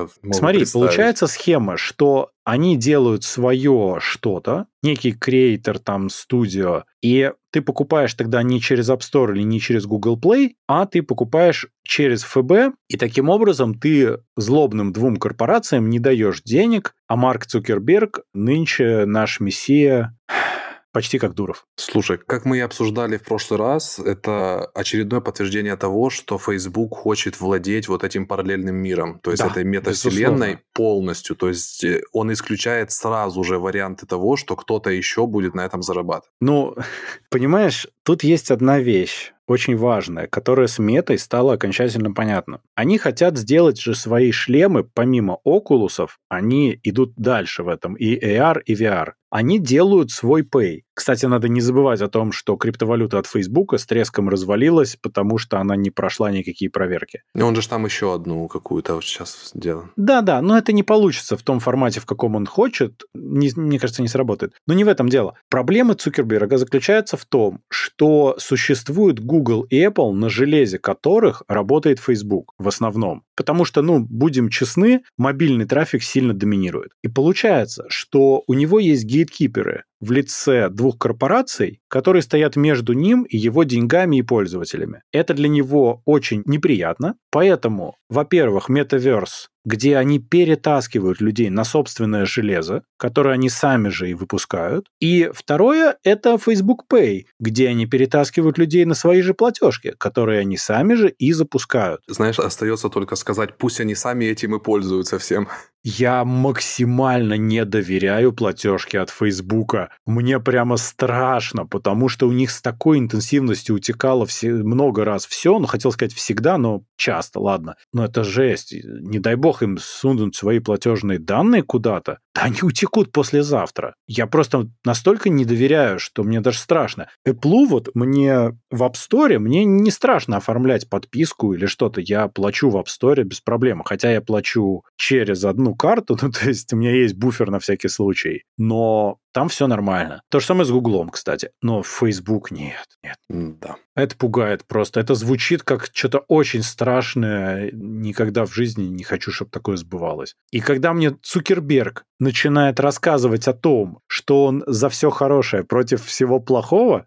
могу Смотри, представить. получается схема, что они делают свое что-то, некий креатор, там, студио, и ты покупаешь тогда не через App Store или не через Google Play, а ты покупаешь через ФБ, и таким образом ты злобным двум корпорациям не даешь денег, а Марк Цукерберг нынче наш мессия почти как Дуров. Слушай, как мы и обсуждали в прошлый раз, это очередное подтверждение того, что Facebook хочет владеть вот этим параллельным миром, то есть Да, этой метавселенной безусловно. полностью. То есть он исключает сразу же варианты того, что кто-то еще будет на этом зарабатывать. Ну, понимаешь, тут есть одна вещь, очень важная, которая с метой стала окончательно понятна. Они хотят сделать же свои шлемы, помимо окулусов, они идут дальше в этом, и AR, и VR. Они делают свой Pay. Кстати, надо не забывать о том, что криптовалюта от Фейсбука с треском развалилась, потому что она не прошла никакие проверки. И он же там еще одну какую-то вот сейчас сделал. Да, но это не получится в том формате, в каком он хочет. Мне кажется, не сработает. Но не в этом дело. Проблема Цукерберга заключается в том, что существует Google и Apple, на железе которых работает Facebook в основном. Потому что, будем честны, мобильный трафик сильно доминирует. И получается, что у него есть гейткиперы в лице двух корпораций, которые стоят между ним и его деньгами и пользователями. Это для него очень неприятно. Поэтому, во-первых, Metaverse, где они перетаскивают людей на собственное железо, которое они сами же и выпускают. И второе – это Facebook Pay, где они перетаскивают людей на свои же платежки, которые они сами же и запускают. Знаешь, остается только сказать, пусть они сами этим и пользуются всем. Я максимально не доверяю платежке от Фейсбука. Мне прямо страшно, потому что у них с такой интенсивностью утекало много раз все. Хотел сказать всегда, но часто, ладно. Но это жесть. Не дай бог им сунуть свои платежные данные куда-то. Да они утекут послезавтра. Я просто настолько не доверяю, что мне даже страшно. Apple вот мне в App Store, мне не страшно оформлять подписку или что-то. Я плачу в App Store без проблем. Хотя я плачу через одну карту, то есть у меня есть буфер на всякий случай. Но там все нормально. То же самое с Гуглом, кстати. Но в Facebook нет. Да. Это пугает просто. Это звучит как что-то очень страшное. Никогда в жизни не хочу, чтобы такое сбывалось. И когда мне Цукерберг начинает рассказывать о том, что он за все хорошее против всего плохого,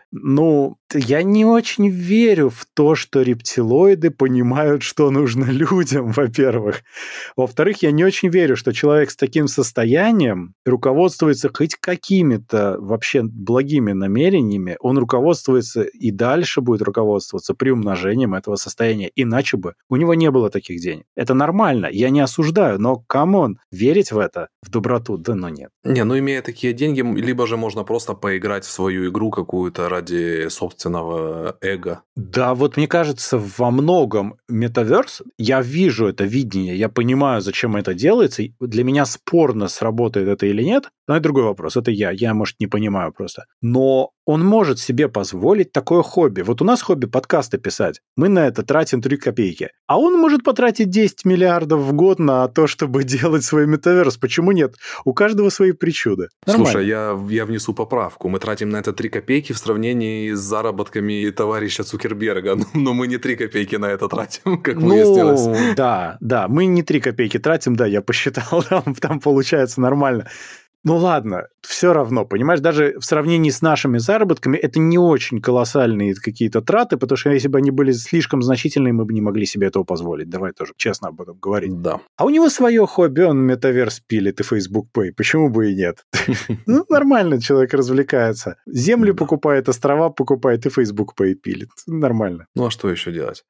я не очень верю в то, что рептилоиды понимают, что нужно людям, во-первых. Во-вторых, я не очень верю, что человек с таким состоянием руководствуется хоть какими-то вообще благими намерениями. Он руководствуется и дальше будет руководствоваться приумножением этого состояния. Иначе бы у него не было таких денег. Это нормально, я не осуждаю, но, камон, верить в это, в доброту, да ну нет. Не, имея такие деньги, либо же можно просто поиграть в свою игру какую-то ради собственного эго. Да, вот мне кажется, во многом Metaverse, я вижу это видение, я понимаю, зачем это делается. Для меня спорно, сработает это или нет, но это другой вопрос. Это я, может, не понимаю просто. Но он может себе позволить такое хобби. Вот у нас хобби подкасты писать. Мы на это тратим 3 копейки. А он может потратить 10 миллиардов в год на то, чтобы делать свой метаверс. Почему нет? У каждого свои причуды. Нормально. Слушай, я внесу поправку. Мы тратим на это 3 копейки в сравнении с заработками товарища Цукерберга. Но мы не 3 копейки на это тратим, как выяснилось. Да, мы не 3 копейки тратим, да, я посчитал, там получается нормально. Ну ладно, все равно, понимаешь, даже в сравнении с нашими заработками это не очень колоссальные какие-то траты, потому что если бы они были слишком значительные, мы бы не могли себе этого позволить. Давай тоже честно об этом говорить. Да. А у него свое хобби, он метаверс пилит и Facebook Pay. Почему бы и нет? Нормально человек развлекается. Землю покупает, острова покупает и Facebook Pay пилит. Нормально. Ну а что еще делать?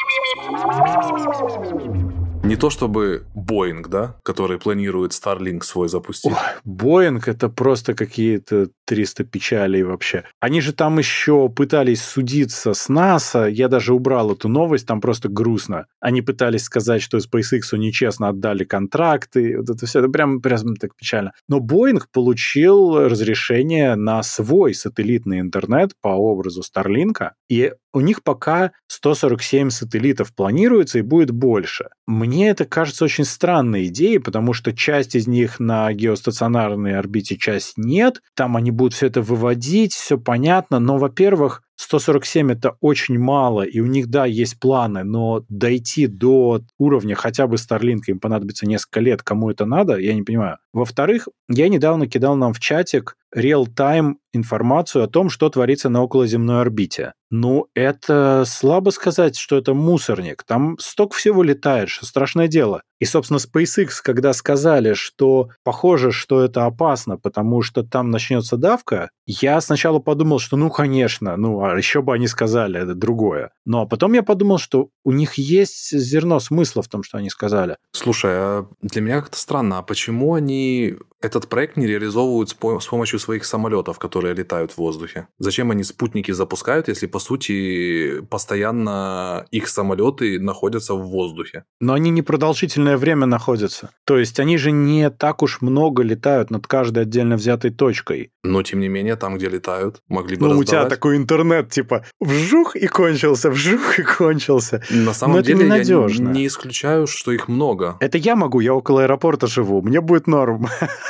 Не то чтобы Boeing, да, который планирует Starlink свой запустить. Boeing — это просто какие-то 300 печалей вообще. Они же там еще пытались судиться с НАСА. Я даже убрал эту новость, там просто грустно. Они пытались сказать, что SpaceX нечестно отдали контракты. Вот это все, это прям так печально. Но Boeing получил разрешение на свой сателлитный интернет по образу Starlink, и у них пока 147 сателлитов планируется и будет больше. Мне это кажется очень странной идеей, потому что часть из них на геостационарной орбите, часть нет. Там они будут все это выводить, все понятно. Но, во-первых, 147 это очень мало, и у них, да, есть планы, но дойти до уровня хотя бы Starlink им понадобится несколько лет. Кому это надо, я не понимаю. Во-вторых, я недавно кидал нам в чатик реал-тайм информацию о том, что творится на околоземной орбите. Ну, это слабо сказать, что это мусорник. Там столько всего летает, что страшное дело. И, собственно, SpaceX, когда сказали, что похоже, что это опасно, потому что там начнется давка, я сначала подумал, что ну, конечно, ну, а еще бы они сказали, это другое. Но потом я подумал, что у них есть зерно смысла в том, что они сказали. Слушай, а для меня как-то странно, а почему они этот проект не реализовывают с помощью своих самолетов, которые летают в воздухе? Зачем они спутники запускают, если, по сути, постоянно их самолеты находятся в воздухе? Но они непродолжительное время находятся. То есть они же не так уж много летают над каждой отдельно взятой точкой. Но, тем не менее, там, где летают, могли бы Ну, раздавать. у тебя такой интернет, типа, вжух и кончился, вжух и кончился. На самом деле, это я ненадежно. не исключаю, что их много. Это я могу, я около аэропорта живу, мне будет норм.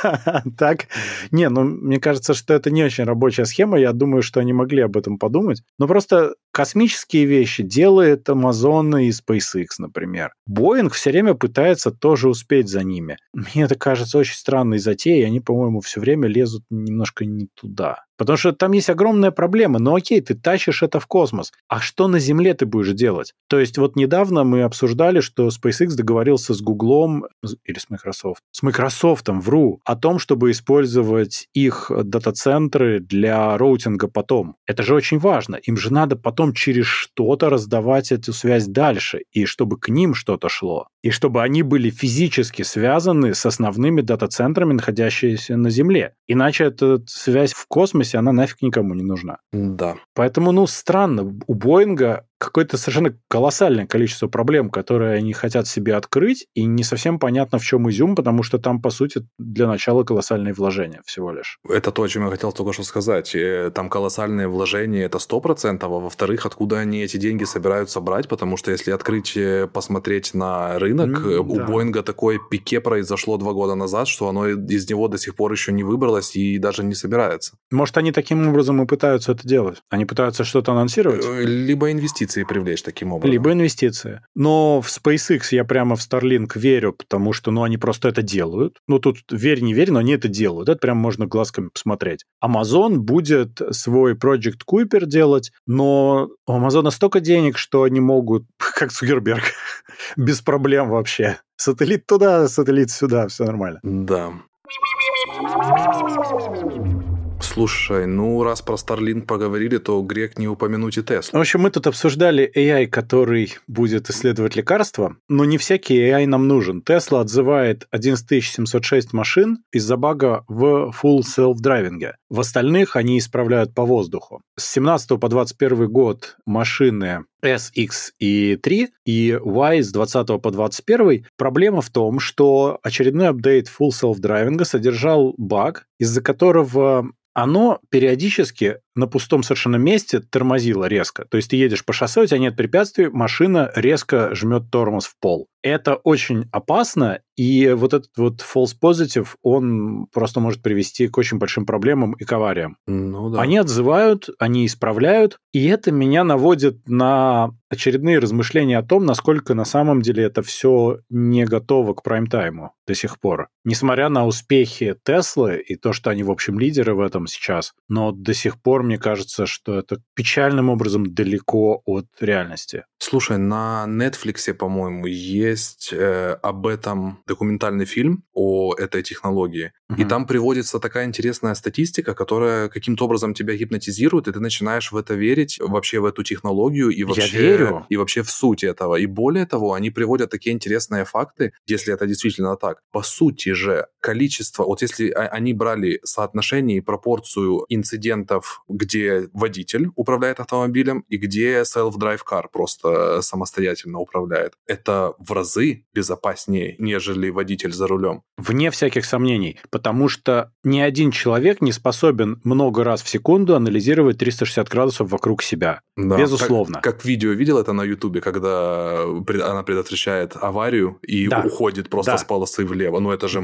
Так? Не, ну, мне кажется, что это не очень рабочая схема, я думаю, что они могли об этом подумать. Но просто космические вещи делает Amazon и SpaceX, например. Boeing все время пытается тоже успеть за ними. Мне это кажется очень странной затеей, они, по-моему, все время лезут немножко не туда. Потому что там есть огромная проблема. Ну окей, ты тащишь это в космос. А что на Земле ты будешь делать? То есть вот недавно мы обсуждали, что SpaceX договорился с Гуглом или с Microsoft. С Microsoft'ом, вру, о том, чтобы использовать их дата-центры для роутинга потом. Это же очень важно. Им же надо потом через что-то раздавать эту связь дальше. И чтобы к ним что-то шло. И чтобы они были физически связаны с основными дата-центрами, находящимися на Земле. Иначе эта связь в космосе, она нафиг никому не нужна. Да. Поэтому, ну, странно. У Боинга какое-то совершенно колоссальное количество проблем, которые они хотят себе открыть, и не совсем понятно, в чем изюм, потому что там, по сути, для начала колоссальные вложения всего лишь. Это то, о чем я хотел только что сказать. Там колоссальные вложения, это 100%, а во-вторых, откуда они эти деньги собираются брать, потому что если открыть, посмотреть на рынок, у Боинга такое пике произошло 2 года назад, что оно из него до сих пор еще не выбралось и даже не собирается. Может, они таким образом и пытаются это делать? Они пытаются что-то анонсировать? Либо инвестиции привлечь таким образом. Либо инвестиции. Но в SpaceX я прямо в Starlink верю, потому что, ну, они просто это делают. Ну, тут верь, не верь, но они это делают. Это прям можно глазками посмотреть. Amazon будет свой Project Kuiper делать, но у Amazon столько денег, что они могут, как Цукерберг, без проблем вообще. Сателлит туда, сателлит сюда, все нормально. Да. Слушай, ну раз про Starlink поговорили, то грех не упомянуть и Теслу. В общем, мы тут обсуждали AI, который будет исследовать лекарства, но не всякий AI нам нужен. Tesla отзывает 11706 машин из-за бага в full self-драйвинге. В остальных они исправляют по воздуху. С 17 по 21 год машины S, X и 3 и Y с 20 по 21. Проблема в том, что очередной апдейт full self-драйвинга содержал баг, из-за которого оно периодически на пустом совершенно месте тормозило резко. То есть ты едешь по шоссе, у тебя нет препятствий, машина резко жмет тормоз в пол. Это очень опасно, и вот этот вот false positive, он просто может привести к очень большим проблемам и к авариям. Ну да. Они отзывают, они исправляют, и это меня наводит на очередные размышления о том, насколько на самом деле это все не готово к прайм-тайму до сих пор. Несмотря на успехи Теслы и то, что они, в общем, лидеры в этом сейчас, но до сих пор мне кажется, что это печальным образом далеко от реальности. Слушай, на Netflix, по-моему, есть об этом документальный фильм о этой технологии. И там приводится такая интересная статистика, которая каким-то образом тебя гипнотизирует, и ты начинаешь в это верить, вообще в эту технологию и вообще в суть этого. И более того, они приводят такие интересные факты, если это действительно так. По сути же, количество, вот если они брали соотношение и пропорцию инцидентов, где водитель управляет автомобилем и где self-drive car просто самостоятельно управляет, это в разы безопаснее, нежели водитель за рулем. Вне всяких сомнений, потому что ни один человек не способен много раз в секунду анализировать 360 градусов вокруг себя. Да. Безусловно. Как видео видел это на Ютубе, когда она предотвращает аварию и уходит просто с полосы влево. Ну, это же мощно.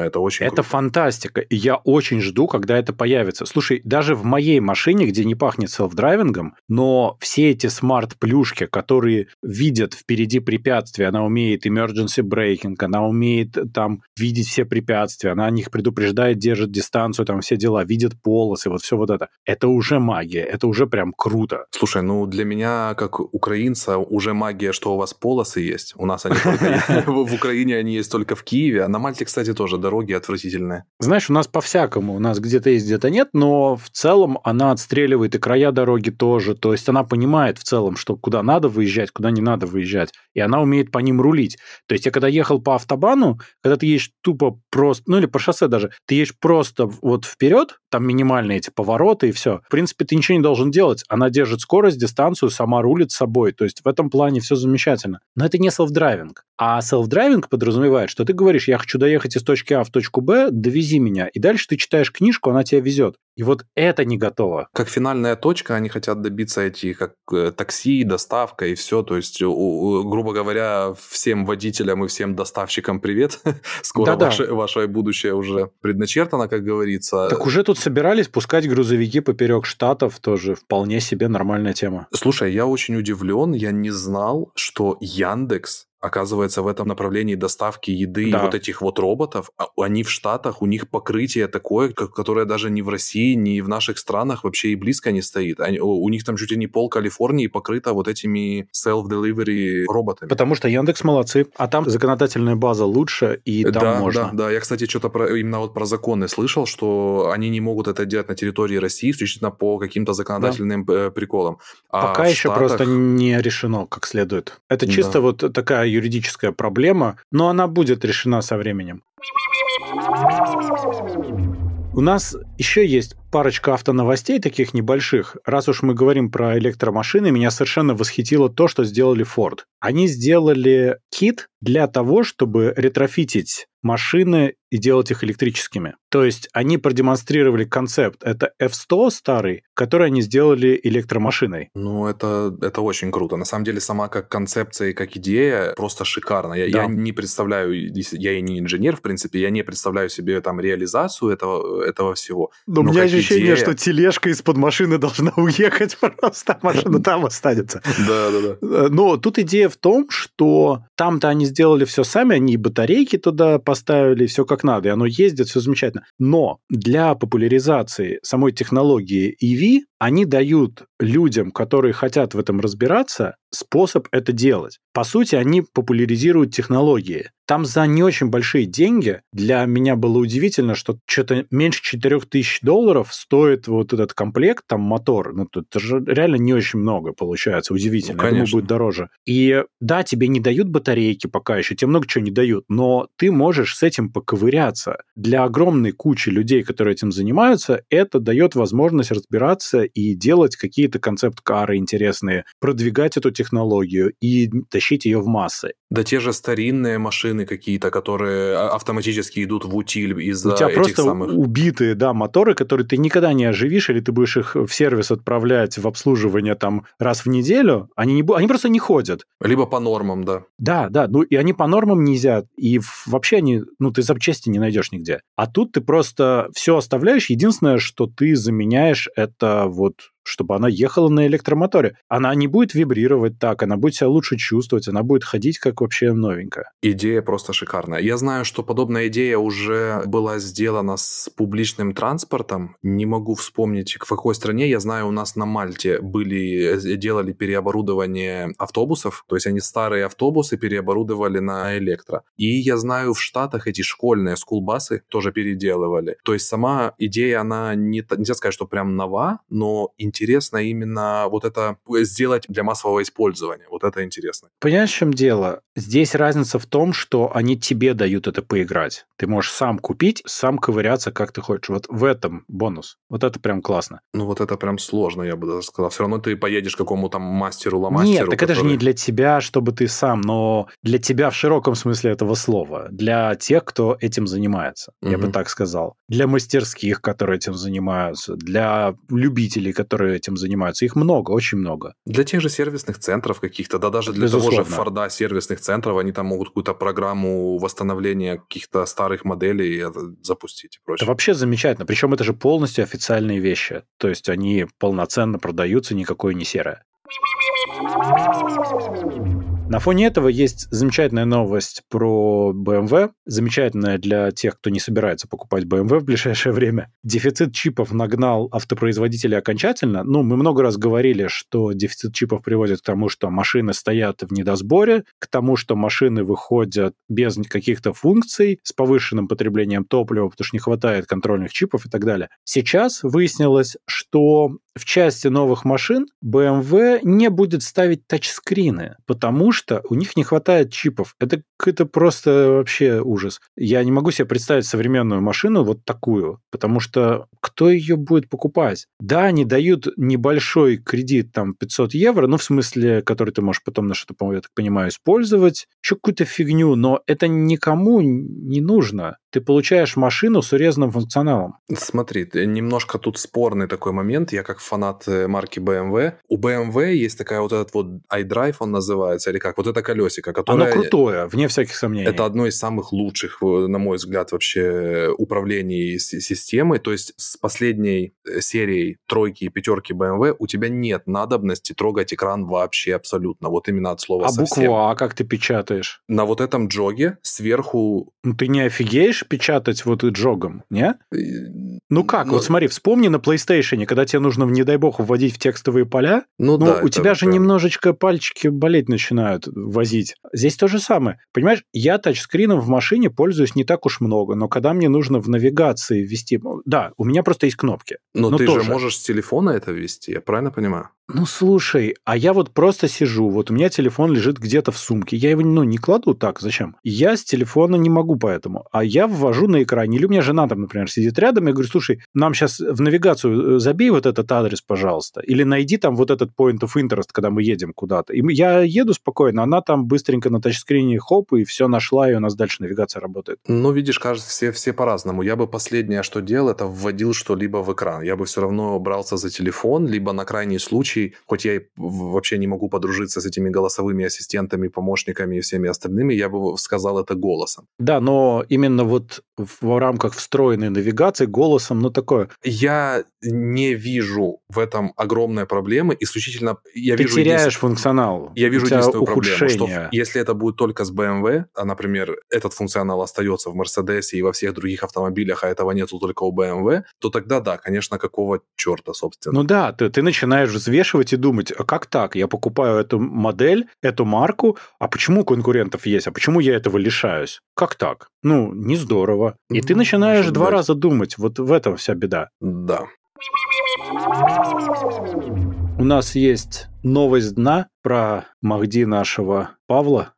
это очень Это круто. фантастика, и я очень жду, когда это появится. Слушай, даже в моей машине, где не пахнет селф-драйвингом, но все эти смарт-плюшки, которые видят впереди препятствия, она умеет emergency braking, она умеет там видеть все препятствия, она о них предупреждает, держит дистанцию, там все дела, видит полосы, вот все вот это. Это уже магия, это уже прям круто. Слушай, ну для меня, как украинца, уже магия, что у вас полосы есть. У нас они только в Украине, они есть только в Киеве, а на Мальте, кстати, тоже дороги отвратительные. Знаешь, у нас по-всякому, у нас где-то есть, где-то нет, но в целом она отстреливает и края дороги тоже, то есть она понимает в целом, что куда надо выезжать, куда не надо выезжать, и она умеет по ним рулить. То есть я когда ехал по автобану, когда ты едешь тупо просто, ну или по шоссе даже, ты едешь просто вот вперед, там минимальные эти повороты и все. В принципе, ты ничего не должен делать. Она держит скорость, дистанцию, сама рулит с собой. То есть в этом плане все замечательно. Но это не селф-драйвинг. А селф-драйвинг подразумевает, что ты говоришь, я хочу доехать из точки А в точку Б, довези меня. И дальше ты читаешь книжку, она тебя везет. И вот это не готово. Как финальная точка, они хотят добиться эти, как такси, доставка и все. То есть, грубо говоря, всем водителям и всем доставщикам привет. Скоро ваше будущее уже предначертано, как говорится. Так уже тут собирались пускать грузовики поперек штатов, тоже вполне себе нормальная тема. Слушай, я очень удивлен, я не знал, что Яндекс оказывается, в этом направлении доставки еды и вот этих вот роботов, они в Штатах, у них покрытие такое, которое даже ни в России, ни в наших странах вообще и близко не стоит. У них там чуть ли не пол Калифорнии покрыто вот этими self-delivery роботами. Потому что Яндекс молодцы, а там законодательная база лучше, и там можно. Да. Я, кстати, что-то именно вот про законы слышал, что они не могут это делать на территории России исключительно по каким-то законодательным приколам. Пока еще Штатах... просто не решено как следует. Это чисто вот такая юридическая проблема, но она будет решена со временем. У нас еще есть парочка автоновостей таких небольших. Раз уж мы говорим про электромашины, меня совершенно восхитило то, что сделали Ford. Они сделали кит для того, чтобы ретрофитить машины и делать их электрическими. То есть они продемонстрировали концепт. Это F100 старый, который они сделали электромашиной. Ну, это очень круто. На самом деле, сама как концепция и как идея просто шикарна. Я не представляю, я и не инженер, в принципе, я не представляю себе там реализацию этого всего. Но у меня ощущение, что тележка из-под машины должна уехать просто, машина там останется. Да. Но тут идея в том, что там-то они сделали все сами, они и батарейки туда поставили, все как надо, и оно ездит, все замечательно. Но для популяризации самой технологии EV они дают людям, которые хотят в этом разбираться, способ это делать. По сути, они популяризируют технологии. Там за не очень большие деньги, для меня было удивительно, что что-то меньше $4000 стоит вот этот комплект, там мотор. Ну, это же реально не очень много получается, удивительно. Ну, я думаю, будет дороже. И да, тебе не дают батарейки пока еще, тебе много чего не дают, но ты можешь с этим поковыряться. Для огромной кучи людей, которые этим занимаются, это дает возможность разбираться и делать какие-то концепт-кары интересные, продвигать эту технологию и тащить ее в массы. Да те же старинные машины какие-то, которые автоматически идут в утиль из-за этих самых... У тебя просто убитые, моторы, которые ты никогда не оживишь, или ты будешь их в сервис отправлять в обслуживание там раз в неделю, они просто не ходят. Либо по нормам, да. Да, ну и они по нормам нельзя, и вообще ты запчасти не найдешь нигде. А тут ты просто все оставляешь, единственное, что ты заменяешь, это вот чтобы она ехала на электромоторе. Она не будет вибрировать так, она будет себя лучше чувствовать, она будет ходить как вообще новенькая. Идея просто шикарная. Я знаю, что подобная идея уже была сделана с публичным транспортом. Не могу вспомнить, в какой стране. Я знаю, у нас на Мальте делали переоборудование автобусов, то есть они старые автобусы переоборудовали на электро. И я знаю, в Штатах эти школьные скулбасы тоже переделывали. То есть сама идея, она нельзя сказать, что прям нова, но интересно именно вот это сделать для массового использования. Вот это интересно. Понимаешь, в чем дело? Здесь разница в том, что они тебе дают это поиграть. Ты можешь сам купить, сам ковыряться, как ты хочешь. Вот в этом бонус. Вот это прям классно. Ну, вот это прям сложно, я бы даже сказал. Все равно ты поедешь к какому-то мастеру-ломастеру. Нет, так это же не для тебя, чтобы ты сам, но для тебя в широком смысле этого слова. Для тех, кто этим занимается. Я бы так сказал. Для мастерских, которые этим занимаются. Для любителей, которые этим занимаются. Их много, очень много. Для тех же сервисных центров каких-то, да даже для того же Форда сервисных сервис-центров, они там могут какую-то программу восстановления каких-то старых моделей запустить и Это прочее. вообще замечательно. Причем это же полностью официальные вещи. То есть они полноценно продаются, никакое не серое. На фоне этого есть замечательная новость про BMW, замечательная для тех, кто не собирается покупать BMW в ближайшее время. Дефицит чипов нагнал автопроизводителей окончательно. Мы много раз говорили, что дефицит чипов приводит к тому, что машины стоят в недосборе, к тому, что машины выходят без каких-то функций, с повышенным потреблением топлива, потому что не хватает контрольных чипов и так далее. Сейчас выяснилось, что в части новых машин BMW не будет ставить тачскрины, потому что у них не хватает чипов. Это просто вообще ужас. Я не могу себе представить современную машину вот такую, потому что кто ее будет покупать? Да, они дают небольшой кредит, там, 500 евро, в смысле, который ты можешь потом на что-то, я так понимаю, использовать, еще какую-то фигню, но это никому не нужно. Ты получаешь машину с урезанным функционалом. Смотри, немножко тут спорный такой момент. Я как фанат марки BMW. У BMW есть такая вот этот вот iDrive, он называется, или как? Вот это колесико, которое... Оно крутое, вне всяких сомнений. Это одно из самых лучших, на мой взгляд, вообще управлений системой. То есть с последней серией тройки и пятерки BMW у тебя нет надобности трогать экран вообще абсолютно. Вот именно от слова совсем. Букву А как ты печатаешь? На вот этом джоге сверху... Ты не офигеешь печатать вот и джогом, не? Как? Вот смотри, вспомни на PlayStation, когда тебе нужно, не дай бог, вводить в текстовые поля, да, у тебя же немножечко пальчики болеть начинают возить. Здесь то же самое. Понимаешь, я тачскрином в машине пользуюсь не так уж много, но когда мне нужно в навигации ввести... Да, у меня просто есть кнопки. Но ты же можешь с телефона это ввести, я правильно понимаю? Слушай, а я вот просто сижу, вот у меня телефон лежит где-то в сумке, я его, не кладу так, зачем? Я с телефона не могу поэтому, а я ввожу на экране, или у меня жена там, например, сидит рядом, я говорю, слушай, нам сейчас в навигацию забей вот этот адрес, пожалуйста, или найди там вот этот point of interest, когда мы едем куда-то. И я еду спокойно, она там быстренько на тачскрине хоп, и все нашла, и у нас дальше навигация работает. Видишь, кажется, все по-разному. Я бы последнее, что делал, это вводил что-либо в экран. Я бы все равно брался за телефон, либо на крайний случай, хоть я и вообще не могу подружиться с этими голосовыми ассистентами, помощниками и всеми остальными, я бы сказал это голосом. Да, но именно вот в рамках встроенной навигации голосом, такое. Я не вижу в этом огромной проблемы. Исключительно я вижу... Ты теряешь функционал. Я вижу единственную проблему, что если это будет только с BMW, а, например, этот функционал остается в Mercedes и во всех других автомобилях, а этого нету только у BMW, то тогда да, конечно, какого черта, собственно. Да, ты начинаешь взвешивать и думать, а как так? Я покупаю эту модель, эту марку, а почему у конкурентов есть? А почему я этого лишаюсь? Как так? Не здорово. И ты начинаешь два раза думать. Вот в этом вся беда. Да. У нас есть новость дна про Махди нашего Павла.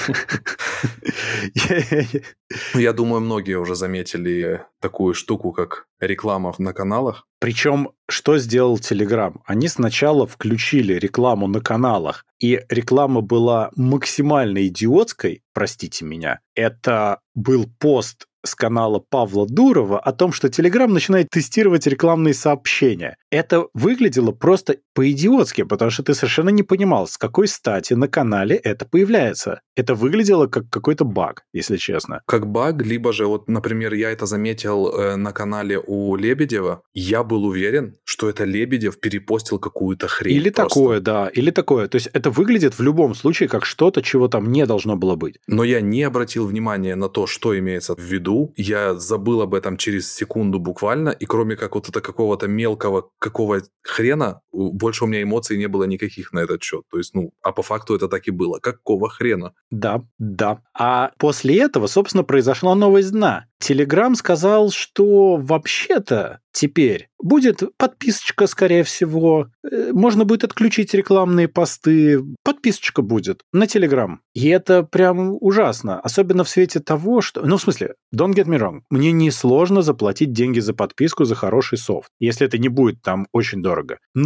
Я думаю, многие уже заметили такую штуку, как реклама на каналах. Причем, что сделал Telegram? Они сначала включили рекламу на каналах, и реклама была максимально идиотской, простите меня. Это был пост с канала Павла Дурова о том, что Telegram начинает тестировать рекламные сообщения. Это выглядело просто по-идиотски, потому что ты совершенно не понимал, с какой стати на канале это появляется. Это выглядело как какой-то баг, если честно. Как баг, либо же, вот, например, я это заметил на канале у Лебедева, я был уверен, что это Лебедев перепостил какую-то хрень. Или просто такое, да, или такое. То есть это выглядит в любом случае как что-то, чего там не должно было быть. Но я не обратил внимания на то, что имеется в виду. Я забыл об этом через секунду буквально, и кроме как вот это какого-то мелкого какого хрена, больше у меня эмоций не было никаких на этот счет. То есть, а по факту это так и было. Какого хрена? Да. А после этого, собственно, произошла новость дна. Telegram сказал, что вообще-то теперь будет подписочка, скорее всего. Можно будет отключить рекламные посты. Подписочка будет на Telegram. И это прям ужасно. Особенно в свете того, что... в смысле, don't get me wrong. Мне несложно заплатить деньги за подписку за хороший софт, если это не будет там очень дорого. Но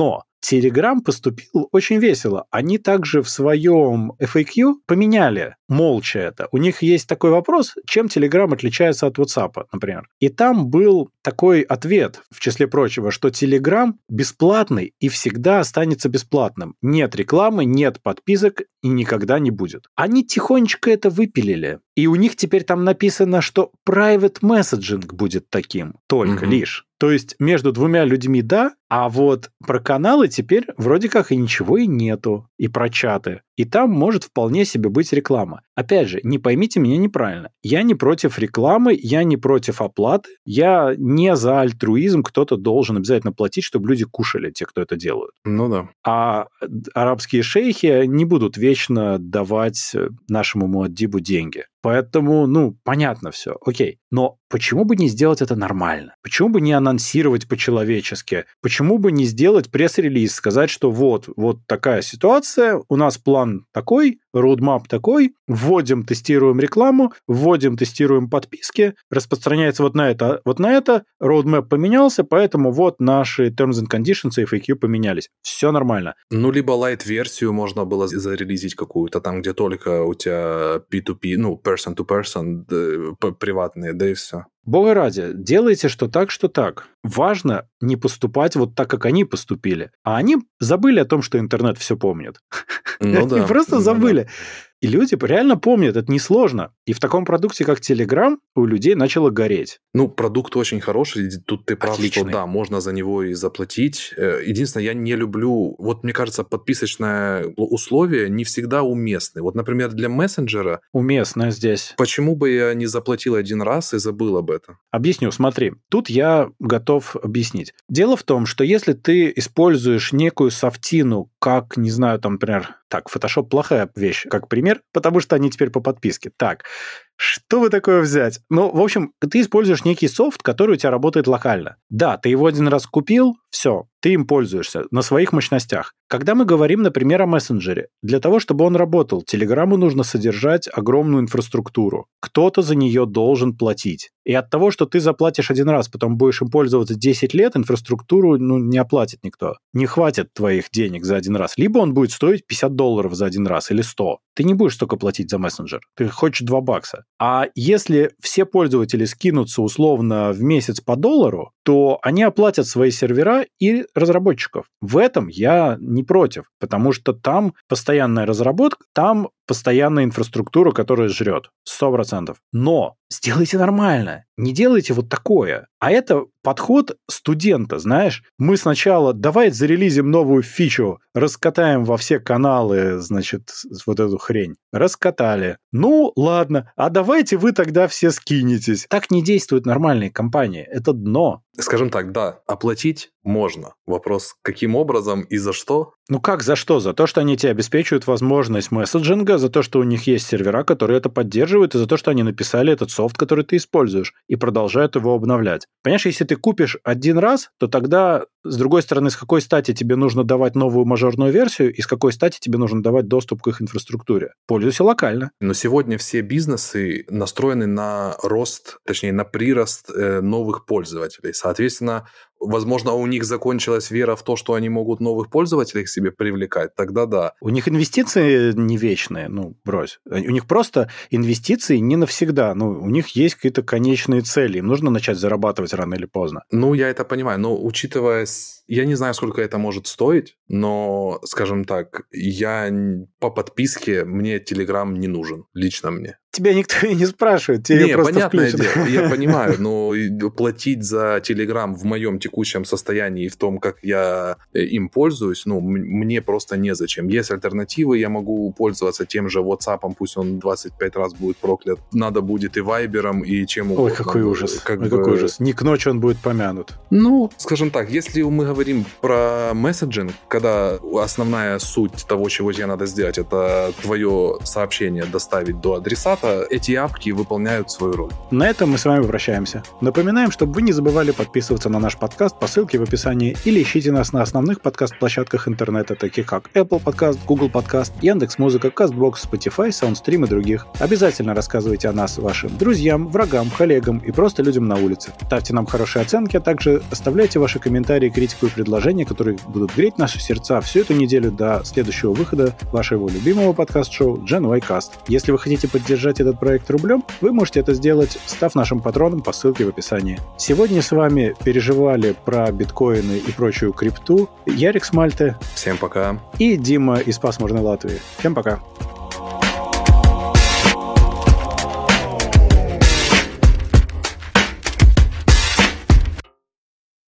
Telegram поступил очень весело. Они также в своем FAQ поменяли молча это. У них есть такой вопрос, чем Telegram отличается от WhatsApp, например. И там был такой ответ, в числе прочего, что Telegram бесплатный и всегда останется бесплатным. Нет рекламы, нет подписок и никогда не будет. Они тихонечко это выпилили. И у них теперь там написано, что private messaging будет таким только лишь. То есть между двумя людьми да, а вот про каналы теперь вроде как и ничего и нету, и про чаты. И там может вполне себе быть реклама. Опять же, не поймите меня неправильно. Я не против рекламы, я не против оплаты, я не за альтруизм, кто-то должен обязательно платить, чтобы люди кушали, те, кто это делают. Ну да. А арабские шейхи не будут вечно давать нашему муаддибу деньги. Поэтому, понятно все, окей. Но почему бы не сделать это нормально? Почему бы не анонсировать по-человечески? Почему бы не сделать пресс-релиз, сказать, что вот такая ситуация, у нас план такой, роудмап такой, вводим, тестируем рекламу, вводим, тестируем подписки, распространяется вот на это, роудмап поменялся, поэтому вот наши terms and conditions и FAQ поменялись. Все нормально. Либо лайт-версию можно было зарелизить какую-то, там, где только у тебя P2P, person-to-person, приватные, да и все. Бога ради, делайте что так. Важно не поступать вот так, как они поступили. А они забыли о том, что интернет все помнит. Они просто забыли. И люди реально помнят, это несложно. И в таком продукте, как Telegram, у людей начало гореть. Продукт очень хороший, тут ты прав, что да, можно за него и заплатить. Единственное, я не люблю, мне кажется, подписочное условие не всегда уместны. Например, для мессенджера... Уместно здесь. Почему бы я не заплатил один раз и забыл об этом? Объясню, смотри. Тут я готов объяснить. Дело в том, что если ты используешь некую софтину, как, не знаю, там, например... Так, Photoshop плохая вещь, как пример, потому что они теперь по подписке. Так, что бы такое взять? В общем, ты используешь некий софт, который у тебя работает локально. Да, ты его один раз купил, все, ты им пользуешься на своих мощностях. Когда мы говорим, например, о мессенджере, для того, чтобы он работал, Телеграму нужно содержать огромную инфраструктуру. Кто-то за нее должен платить. И от того, что ты заплатишь один раз, потом будешь им пользоваться 10 лет, инфраструктуру не оплатит никто. Не хватит твоих денег за один раз. Либо он будет стоить $50 за один раз или 100. Ты не будешь столько платить за мессенджер. Ты хочешь $2. А если все пользователи скинутся условно в месяц по $1, то они оплатят свои сервера и разработчиков. В этом я не против, потому что там постоянная разработка, там постоянная инфраструктура, которая жрет 100%. Но сделайте нормально, не делайте вот такое. А это подход студента, знаешь. Мы сначала давай зарелизим новую фичу, раскатаем во все каналы, значит, вот эту хрень. Раскатали. Ладно, а давайте вы тогда все скинетесь. Так не действуют нормальные компании. Это дно. Скажем так, да, оплатить можно. Вопрос, каким образом и за что? Как за что? За то, что они тебе обеспечивают возможность месседжинга, за то, что у них есть сервера, которые это поддерживают, и за то, что они написали этот софт, который ты используешь, и продолжают его обновлять. Понимаешь, если ты купишь один раз, то тогда, с другой стороны, с какой стати тебе нужно давать новую мажорную версию, и с какой стати тебе нужно давать доступ к их инфраструктуре? Пользуйся локально. Но сегодня все бизнесы настроены на рост, точнее, на прирост новых пользователей. Соответственно, возможно, у них закончилась вера в то, что они могут новых пользователей к себе привлекать, тогда да. У них инвестиции не вечные, брось. У них просто инвестиции не навсегда. У них есть какие-то конечные цели. Им нужно начать зарабатывать рано или поздно. Я это понимаю. Но учитывая... Я не знаю, сколько это может стоить, но, скажем так, я по подписке, мне Telegram не нужен, лично мне. Тебя никто и не спрашивает. Тебе просто понятное включено. дело, я понимаю, но платить за Telegram в моем текущем состоянии и в том, как я им пользуюсь, мне просто незачем. Есть альтернативы, я могу пользоваться тем же WhatsApp, пусть он 25 раз будет проклят. Надо будет и Viber'ом, и чем угодно. Ой, какой ужас. Какой ужас. Не к ночи он будет помянут. Скажем так, если мы говорим про месседжинг, когда основная суть того, чего тебе надо сделать, это твое сообщение доставить до адресата, зарплата, эти апки выполняют свою роль. На этом мы с вами прощаемся. Напоминаем, чтобы вы не забывали подписываться на наш подкаст по ссылке в описании или ищите нас на основных подкаст-площадках интернета, таких как Apple Podcast, Google Podcast, Яндекс.Музыка, CastBox, Spotify, SoundStream и других. Обязательно рассказывайте о нас вашим друзьям, врагам, коллегам и просто людям на улице. Ставьте нам хорошие оценки, а также оставляйте ваши комментарии, критику и предложения, которые будут греть наши сердца всю эту неделю до следующего выхода вашего любимого подкаст-шоу Gen Y Cast. Если вы хотите поддержать этот проект рублем, вы можете это сделать, став нашим патроном по ссылке в описании. Сегодня с вами переживали про биткоины и прочую крипту Ярик с Мальты. Всем пока. И Дима из пасмурной Латвии. Всем пока.